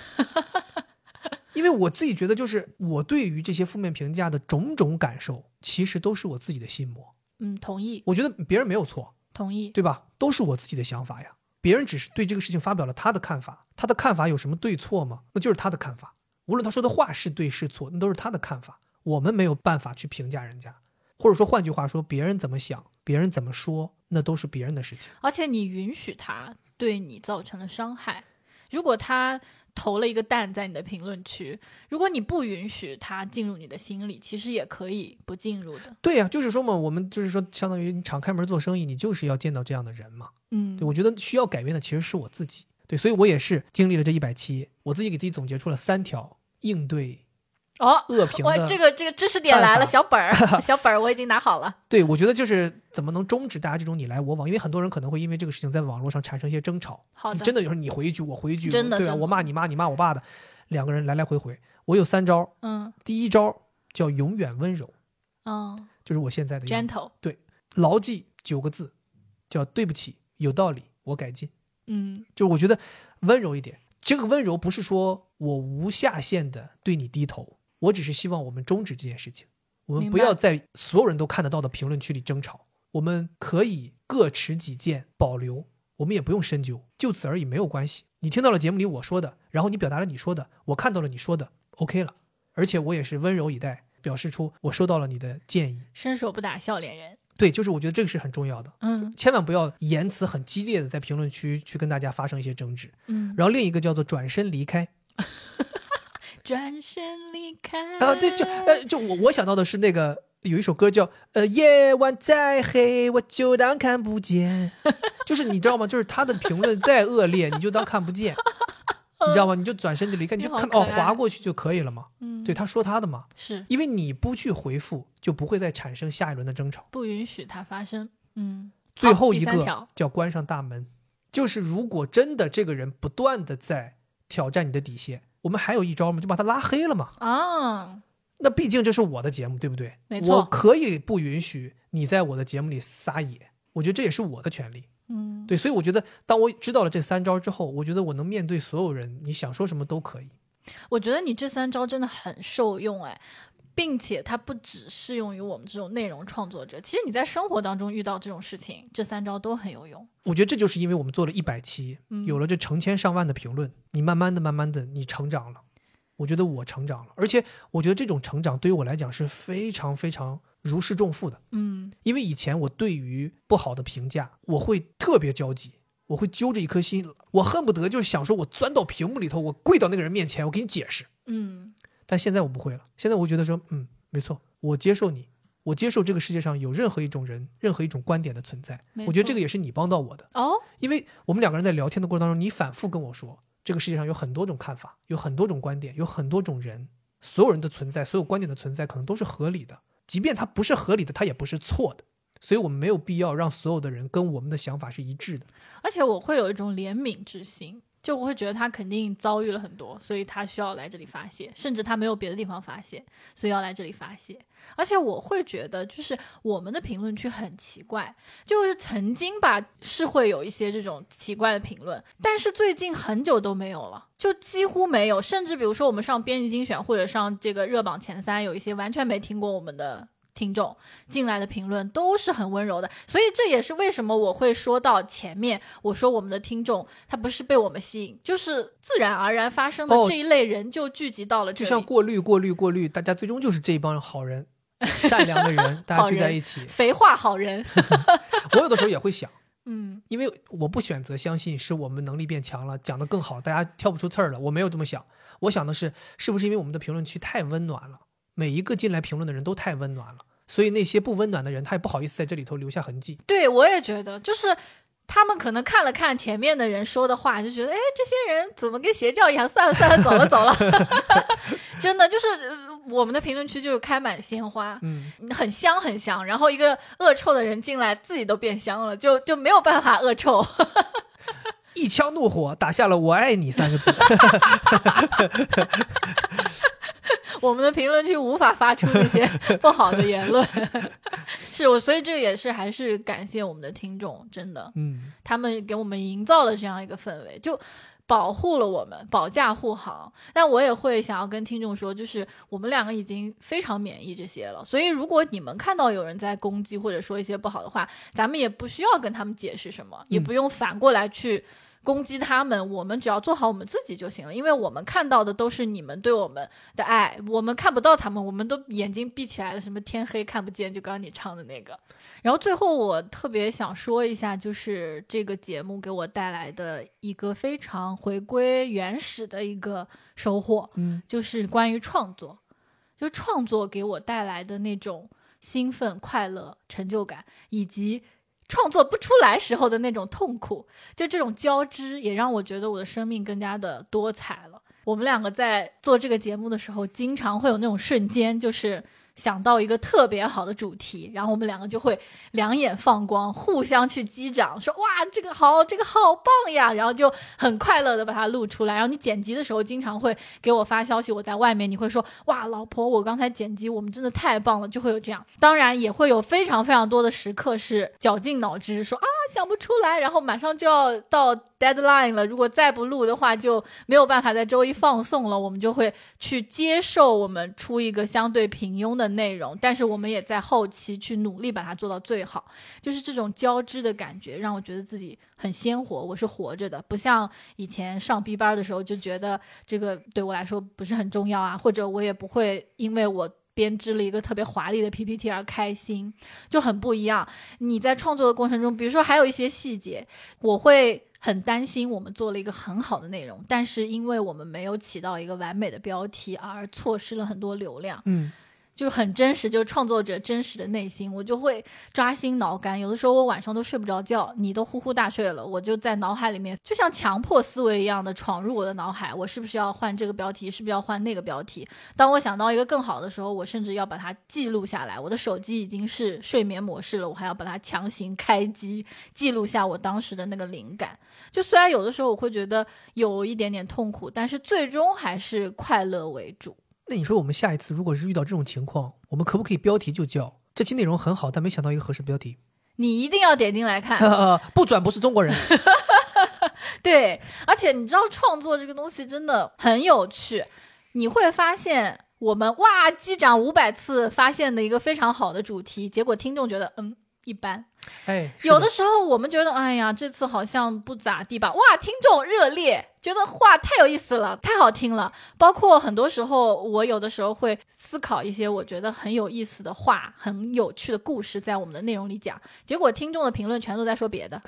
因为我自己觉得，就是我对于这些负面评价的种种感受，其实都是我自己的心魔。 同意。 我觉得别人没有错， 同意， 对吧？都是我自己的想法呀。别人只是对这个事情发表了他的看法，他的看法有什么对错吗？那就是他的看法。无论他说的话是对是错，那都是他的看法。我们没有办法去评价人家，或者说换句话说，别人怎么想，别人怎么说，那都是别人的事情。 而且你允许他对你造成了伤害，如果他投了一个蛋在你的评论区，如果你不允许他进入你的心里，其实也可以不进入的。 对呀，就是说嘛，我们就是说，相当于你敞开门做生意，你就是要见到这样的人嘛。对，我觉得需要改变的其实是我自己。对，所以我也是经历了这100期，我自己给自己总结出了3条应对恶评的。 这个知识点来了，小本儿我已经拿好了。 对，我觉得就是怎么能终止大家这种你来我往，因为很多人可能会因为这个事情在网络上产生一些争吵。 好的， 真的有时候你回一句我回一句， 真的对吧？我骂你妈，你骂我爸的，两个人来来回回。我有3招，第一招叫永远温柔，就是我现在的 gentle， 对，牢记9个字，叫对不起，有道理，我改进。就是我觉得温柔一点，这个温柔不是说我无下限的对你低头，我只是希望我们终止这件事情，我们不要在所有人都看得到的评论区里争吵，我们可以各持己见，保留，我们也不用深究，就此而已，没有关系。你听到了节目里我说的，然后你表达了你说的，我看到了你说的 OK 了，而且我也是温柔以待，表示出我收到了你的建议。 伸手不打笑脸人。 对，就是我觉得这个是很重要的。千万不要言辞很激烈的在评论区去跟大家发生一些争执。然后另一个叫做转身离开。 转身离开啊，对，就我想到的是那个有一首歌叫夜晚再黑我就当看不见。就是你知道吗？就是他的评论再恶劣你就当看不见。你知道吗？你就转身就离开，你就看划过去就可以了嘛。对，他说他的嘛， 是因为你不去回复，就不会再产生下一轮的争吵， 不允许它发生。 最后一个叫关上大门，就是如果真的这个人不断的在挑战你的底线，我们还有一招嘛，就把他拉黑了嘛。那毕竟这是我的节目，对不对？ 没错， 我可以不允许你在我的节目里撒野，我觉得这也是我的权利。对，所以我觉得当我知道了这3招之后，我觉得我能面对所有人，你想说什么都可以。 我觉得你这3招真的很受用并且它不只适用于我们这种内容创作者，其实你在生活当中遇到这种事情，这3招都很有用。 我觉得这就是因为我们做了100期，有了这成千上万的评论，你慢慢的你成长了，我觉得我成长了，而且我觉得这种成长对于我来讲是非常非常如释重负的。因为以前我对于不好的评价我会特别焦急， 我会揪着一颗心，我恨不得就是想说我钻到屏幕里头，我跪到那个人面前，我给你解释。但现在我不会了，现在我觉得说没错，我接受你，我接受这个世界上有任何一种人，任何一种观点的存在。我觉得这个也是你帮到我的因为我们两个人在聊天的过程当中，你反复跟我说这个世界上有很多种看法，有很多种观点，有很多种人，所有人的存在，所有观点的存在可能都是合理的，即便它不是合理的，它也不是错的，所以我们没有必要让所有的人跟我们的想法是一致的。 而且我会有一种怜悯之心，就我会觉得他肯定遭遇了很多，所以他需要来这里发泄，甚至他没有别的地方发泄，所以要来这里发泄。而且我会觉得就是我们的评论区很奇怪，就是曾经吧是会有一些这种奇怪的评论，但是最近很久都没有了，就几乎没有。甚至比如说我们上编辑精选或者上这个热榜前3，有一些完全没听过我们的听众进来的评论都是很温柔的。所以这也是为什么我会说到前面，我说我们的听众他不是被我们吸引，就是自然而然发生的这一类人就聚集到了这里， 就像过滤，大家最终就是这一帮好人，善良的人大家聚在一起， 肥话好人我有的时候也会想因为我不选择相信是我们能力变强了，讲得更好，大家跳不出刺儿了，我没有这么想。我想的是不是因为我们的评论区太温暖了，每一个进来评论的人都太温暖了，所以那些不温暖的人他也不好意思在这里头留下痕迹。 对，我也觉得就是他们可能看了看前面的人说的话，就觉得这些人怎么跟邪教一样，算了走了真的就是我们的评论区就是开满鲜花很香很香，然后一个恶臭的人进来自己都变香了，就没有办法恶臭一腔怒火打下了我爱你3个字我们的评论区无法发出那些不好的言论所以这也是还是感谢我们的听众，真的他们给我们营造了这样一个氛围，就保护了我们，保驾护航。但我也会想要跟听众说，就是我们两个已经非常免疫这些了，所以如果你们看到有人在攻击或者说一些不好的话，咱们也不需要跟他们解释什么，也不用反过来去攻击他们，我们只要做好我们自己就行了，因为我们看到的都是你们对我们的爱，我们看不到他们，我们都眼睛闭起来了，什么天黑看不见，就刚刚你唱的那个。然后最后我特别想说一下，就是这个节目给我带来的一个非常回归原始的一个收获就是关于创作，就是创作给我带来的那种兴奋、快乐、成就感，以及创作不出来时候的那种痛苦，就这种交织也让我觉得我的生命更加的多彩了。我们两个在做这个节目的时候经常会有那种瞬间，就是想到一个特别好的主题，然后我们两个就会两眼放光，互相去击掌，说哇这个好棒呀，然后就很快乐的把它录出来。然后你剪辑的时候经常会给我发消息，我在外面，你会说哇老婆我刚才剪辑我们真的太棒了，就会有这样。当然也会有非常非常多的时刻是绞尽脑汁说想不出来，然后马上就要到 deadline 了，如果再不录的话就没有办法在周一放送了，我们就会去接受我们出一个相对平庸的内容，但是我们也在后期去努力把它做到最好。就是这种交织的感觉让我觉得自己很鲜活，我是活着的，不像以前上 B 班的时候就觉得这个对我来说不是很重要啊，或者我也不会因为我编织了一个特别华丽的 PPT 而开心，就很不一样。你在创作的过程中，比如说还有一些细节，我会很担心我们做了一个很好的内容，但是因为我们没有起到一个完美的标题而错失了很多流量就是很真实，就是创作者真实的内心，我就会抓心挠肝。有的时候我晚上都睡不着觉，你都呼呼大睡了，我就在脑海里面就像强迫思维一样的闯入我的脑海，我是不是要换这个标题，是不是要换那个标题。当我想到一个更好的时候，我甚至要把它记录下来，我的手机已经是睡眠模式了，我还要把它强行开机记录下我当时的那个灵感。就虽然有的时候我会觉得有一点点痛苦，但是最终还是快乐为主。 那你说我们下一次如果是遇到这种情况，我们可不可以标题就叫这期内容很好但没想到一个合适的标题？ 你一定要点进来看不转不是中国人对，而且你知道创作这个东西真的很有趣，你会发现我们击掌500次发现的一个非常好的主题，结果听众觉得一般。有的时候我们觉得哎呀这次好像不咋地吧，听众热烈，觉得太有意思了，太好听了。包括很多时候我有的时候会思考一些我觉得很有意思的话，很有趣的故事在我们的内容里讲，结果听众的评论全都在说别的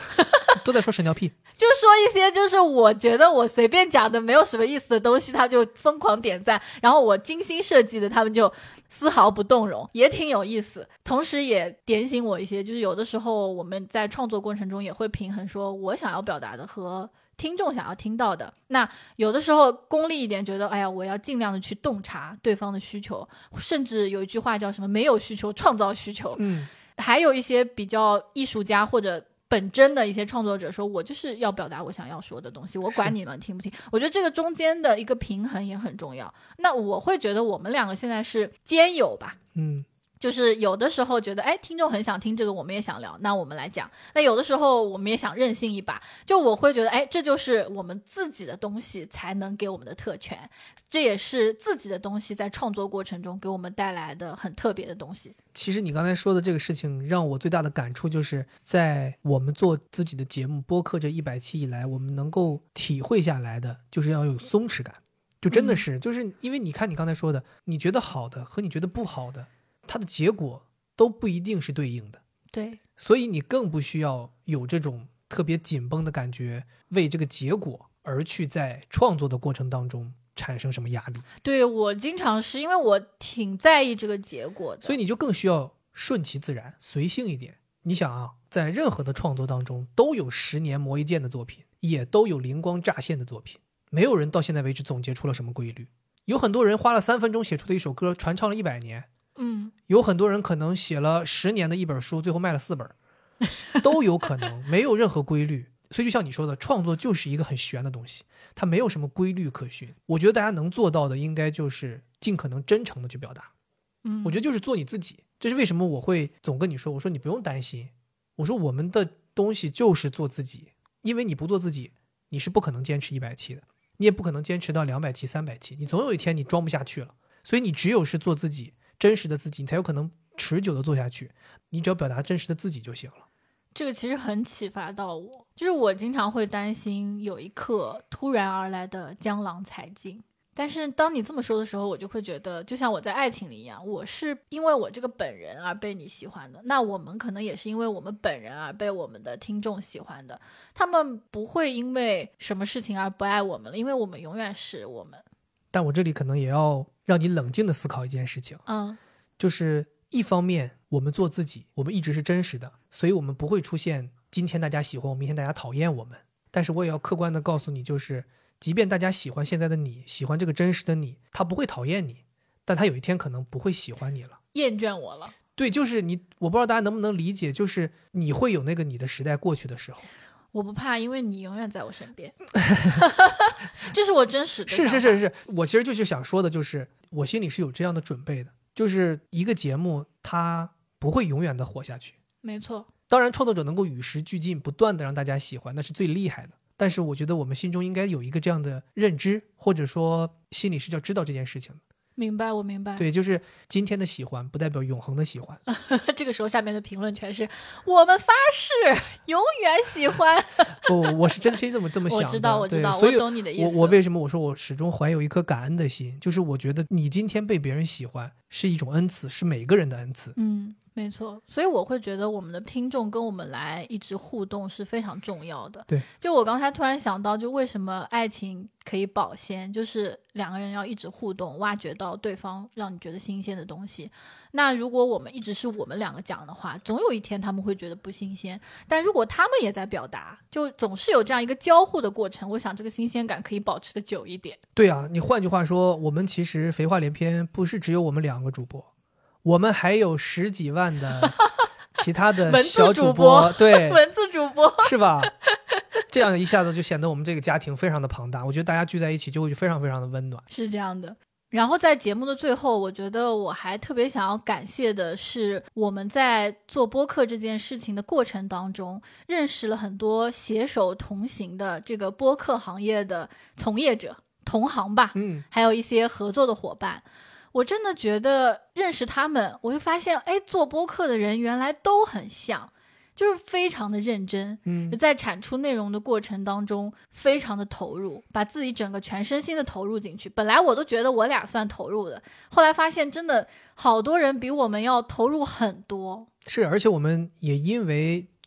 都在说屎尿屁， 就说一些就是我觉得我随便讲的没有什么意思的东西，他就疯狂点赞，然后我精心设计的他们就丝毫不动容，也挺有意思。同时也点醒我一些，就是有的时候我们在创作过程中也会平衡说我想要表达的和听众想要听到的。那有的时候功利一点，觉得哎呀我要尽量的去洞察对方的需求，甚至有一句话叫什么没有需求创造需求。还有一些比较艺术家或者本真的一些创作者说，我就是要表达我想要说的东西，我管你们听不听。我觉得这个中间的一个平衡也很重要。那我会觉得我们两个现在是兼有吧，就是有的时候觉得听众很想听这个，我们也想聊，那我们来讲。那有的时候我们也想任性一把，就我会觉得这就是我们自己的东西才能给我们的特权，这也是自己的东西在创作过程中给我们带来的很特别的东西。 其实你刚才说的这个事情让我最大的感触，就是在我们做自己的节目播客这100期以来，我们能够体会下来的就是要有松弛感。就真的是就是因为你看你刚才说的，你觉得好的和你觉得不好的，它的结果都不一定是对应的。 对， 所以你更不需要有这种特别紧绷的感觉，为这个结果而去在创作的过程当中产生什么压力。 对，我经常是因为我挺在意这个结果的， 所以你就更需要顺其自然，随性一点。你想啊，在任何的创作当中都有10年磨一剑的作品，也都有灵光乍现的作品，没有人到现在为止总结出了什么规律。有很多人花了3分钟写出的一首歌传唱了100年，有很多人可能写了10年的一本书，最后卖了4本，都有可能，没有任何规律。所以就像你说的，创作就是一个很玄的东西，它没有什么规律可循。我觉得大家能做到的应该就是尽可能真诚的去表达。我觉得就是做你自己。这是为什么我会总跟你说，我说你不用担心，我说我们的东西就是做自己，因为你不做自己，你是不可能坚持100期的，你也不可能坚持到200期、300期，你总有一天你装不下去了。所以你只有是做自己，真实的自己，你才有可能持久的做下去。你只要表达真实的自己就行了。 这个其实很启发到我，就是我经常会担心有一刻突然而来的江郎才尽。但是当你这么说的时候，我就会觉得就像我在爱情里一样，我是因为我这个本人而被你喜欢的，那我们可能也是因为我们本人而被我们的听众喜欢的。他们不会因为什么事情而不爱我们了，因为我们永远是我们。 但我这里可能也要让你冷静的思考一件事情，就是一方面我们做自己，我们一直是真实的，所以我们不会出现今天大家喜欢我，明天大家讨厌我们。但是我也要客观的告诉你，就是即便大家喜欢现在的你，喜欢这个真实的你，他不会讨厌你，但他有一天可能不会喜欢你了， 厌倦我了。 对，就是你，我不知道大家能不能理解，就是你会有那个你的时代过去的时候。 我不怕，因为你永远在我身边。这是我真实的想法。 是，我其实就是想说的，就是我心里是有这样的准备的，就是一个节目它不会永远的活下去。 没错， 当然创作者能够与时俱进，不断的让大家喜欢，那是最厉害的。但是我觉得我们心中应该有一个这样的认知，或者说心里是要知道这件事情的。 明白，我明白。 对，就是今天的喜欢不代表永恒的喜欢。 这个时候下面的评论全是我们发誓永远喜欢。 我是真心这么想的。 我知道，我懂你的意思。 我为什么我说我始终怀有一颗感恩的心，就是我觉得你今天被别人喜欢是一种恩赐，是每个人的恩赐。 没错，所以我会觉得我们的听众跟我们来一直互动是非常重要的。 对， 就我刚才突然想到，就为什么爱情可以保鲜，就是2个人要一直互动，挖掘到对方让你觉得新鲜的东西。那如果我们一直是我们2个讲的话，总有一天他们会觉得不新鲜。但如果他们也在表达，就总是有这样一个交互的过程，我想这个新鲜感可以保持的久一点。 对啊，你换句话说，我们其实肥话连篇不是只有我们2个主播，我们还有10几万的其他的小主播，对， 文字主播是吧？这样一下子就显得我们这个家庭非常的庞大，我觉得大家聚在一起就会非常非常的温暖。 是这样的。然后在节目的最后，我觉得我还特别想要感谢的是，我们在做播客这件事情的过程当中，认识了很多携手同行的这个播客行业的从业者、同行吧，还有一些合作的伙伴。我真的觉得认识他们，我会发现，做播客的人原来都很像，就是非常的认真，在产出内容的过程当中非常的投入，把自己整个全身心的投入进去。本来我都觉得我俩算投入的，后来发现真的好多人比我们要投入很多。 是，而且我们也因为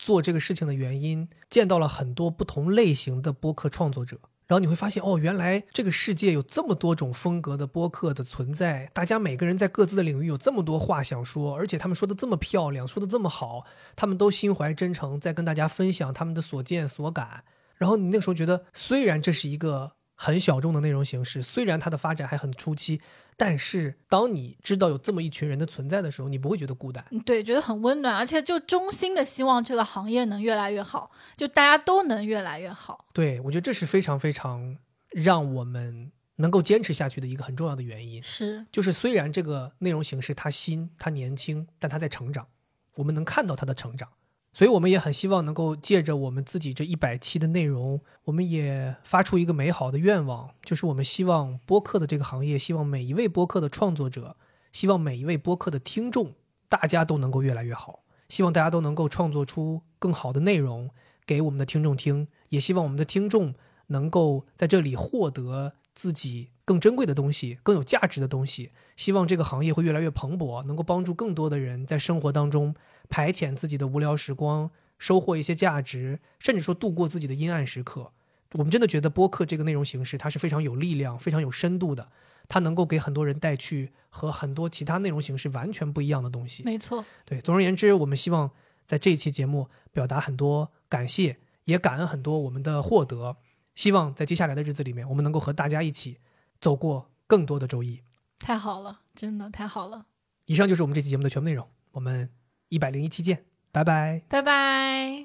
做这个事情的原因，见到了很多不同类型的播客创作者，然后你会发现原来这个世界有这么多种风格的播客的存在，大家每个人在各自的领域有这么多话想说，而且他们说的这么漂亮，说的这么好，他们都心怀真诚在跟大家分享他们的所见所感。然后你那个时候觉得，虽然这是一个很小众的内容形式，虽然它的发展还很初期，但是当你知道有这么一群人的存在的时候，你不会觉得孤单。 对，觉得很温暖，而且就衷心的希望这个行业能越来越好，就大家都能越来越好。 对，我觉得这是非常非常让我们能够坚持下去的一个很重要的原因。 是， 就是虽然这个内容形式它新它年轻，但它在成长，我们能看到它的成长。所以我们也很希望能够借着我们自己这100期的内容，我们也发出一个美好的愿望，就是我们希望播客的这个行业，希望每一位播客的创作者，希望每一位播客的听众，大家都能够越来越好，希望大家都能够创作出更好的内容给我们的听众听，也希望我们的听众能够在这里获得自己更珍贵的东西，更有价值的东西。希望这个行业会越来越蓬勃，能够帮助更多的人在生活当中排遣自己的无聊时光，收获一些价值，甚至说度过自己的阴暗时刻。我们真的觉得播客这个内容形式它是非常有力量，非常有深度的，它能够给很多人带去和很多其他内容形式完全不一样的东西。 没错， 对，总而言之，我们希望在这一期节目表达很多感谢，也感恩很多我们的获得，希望在接下来的日子里面，我们能够和大家一起走过更多的周一。 太好了，真的太好了。 以上就是我们这期节目的全部内容，我们101期见，拜拜， 拜拜。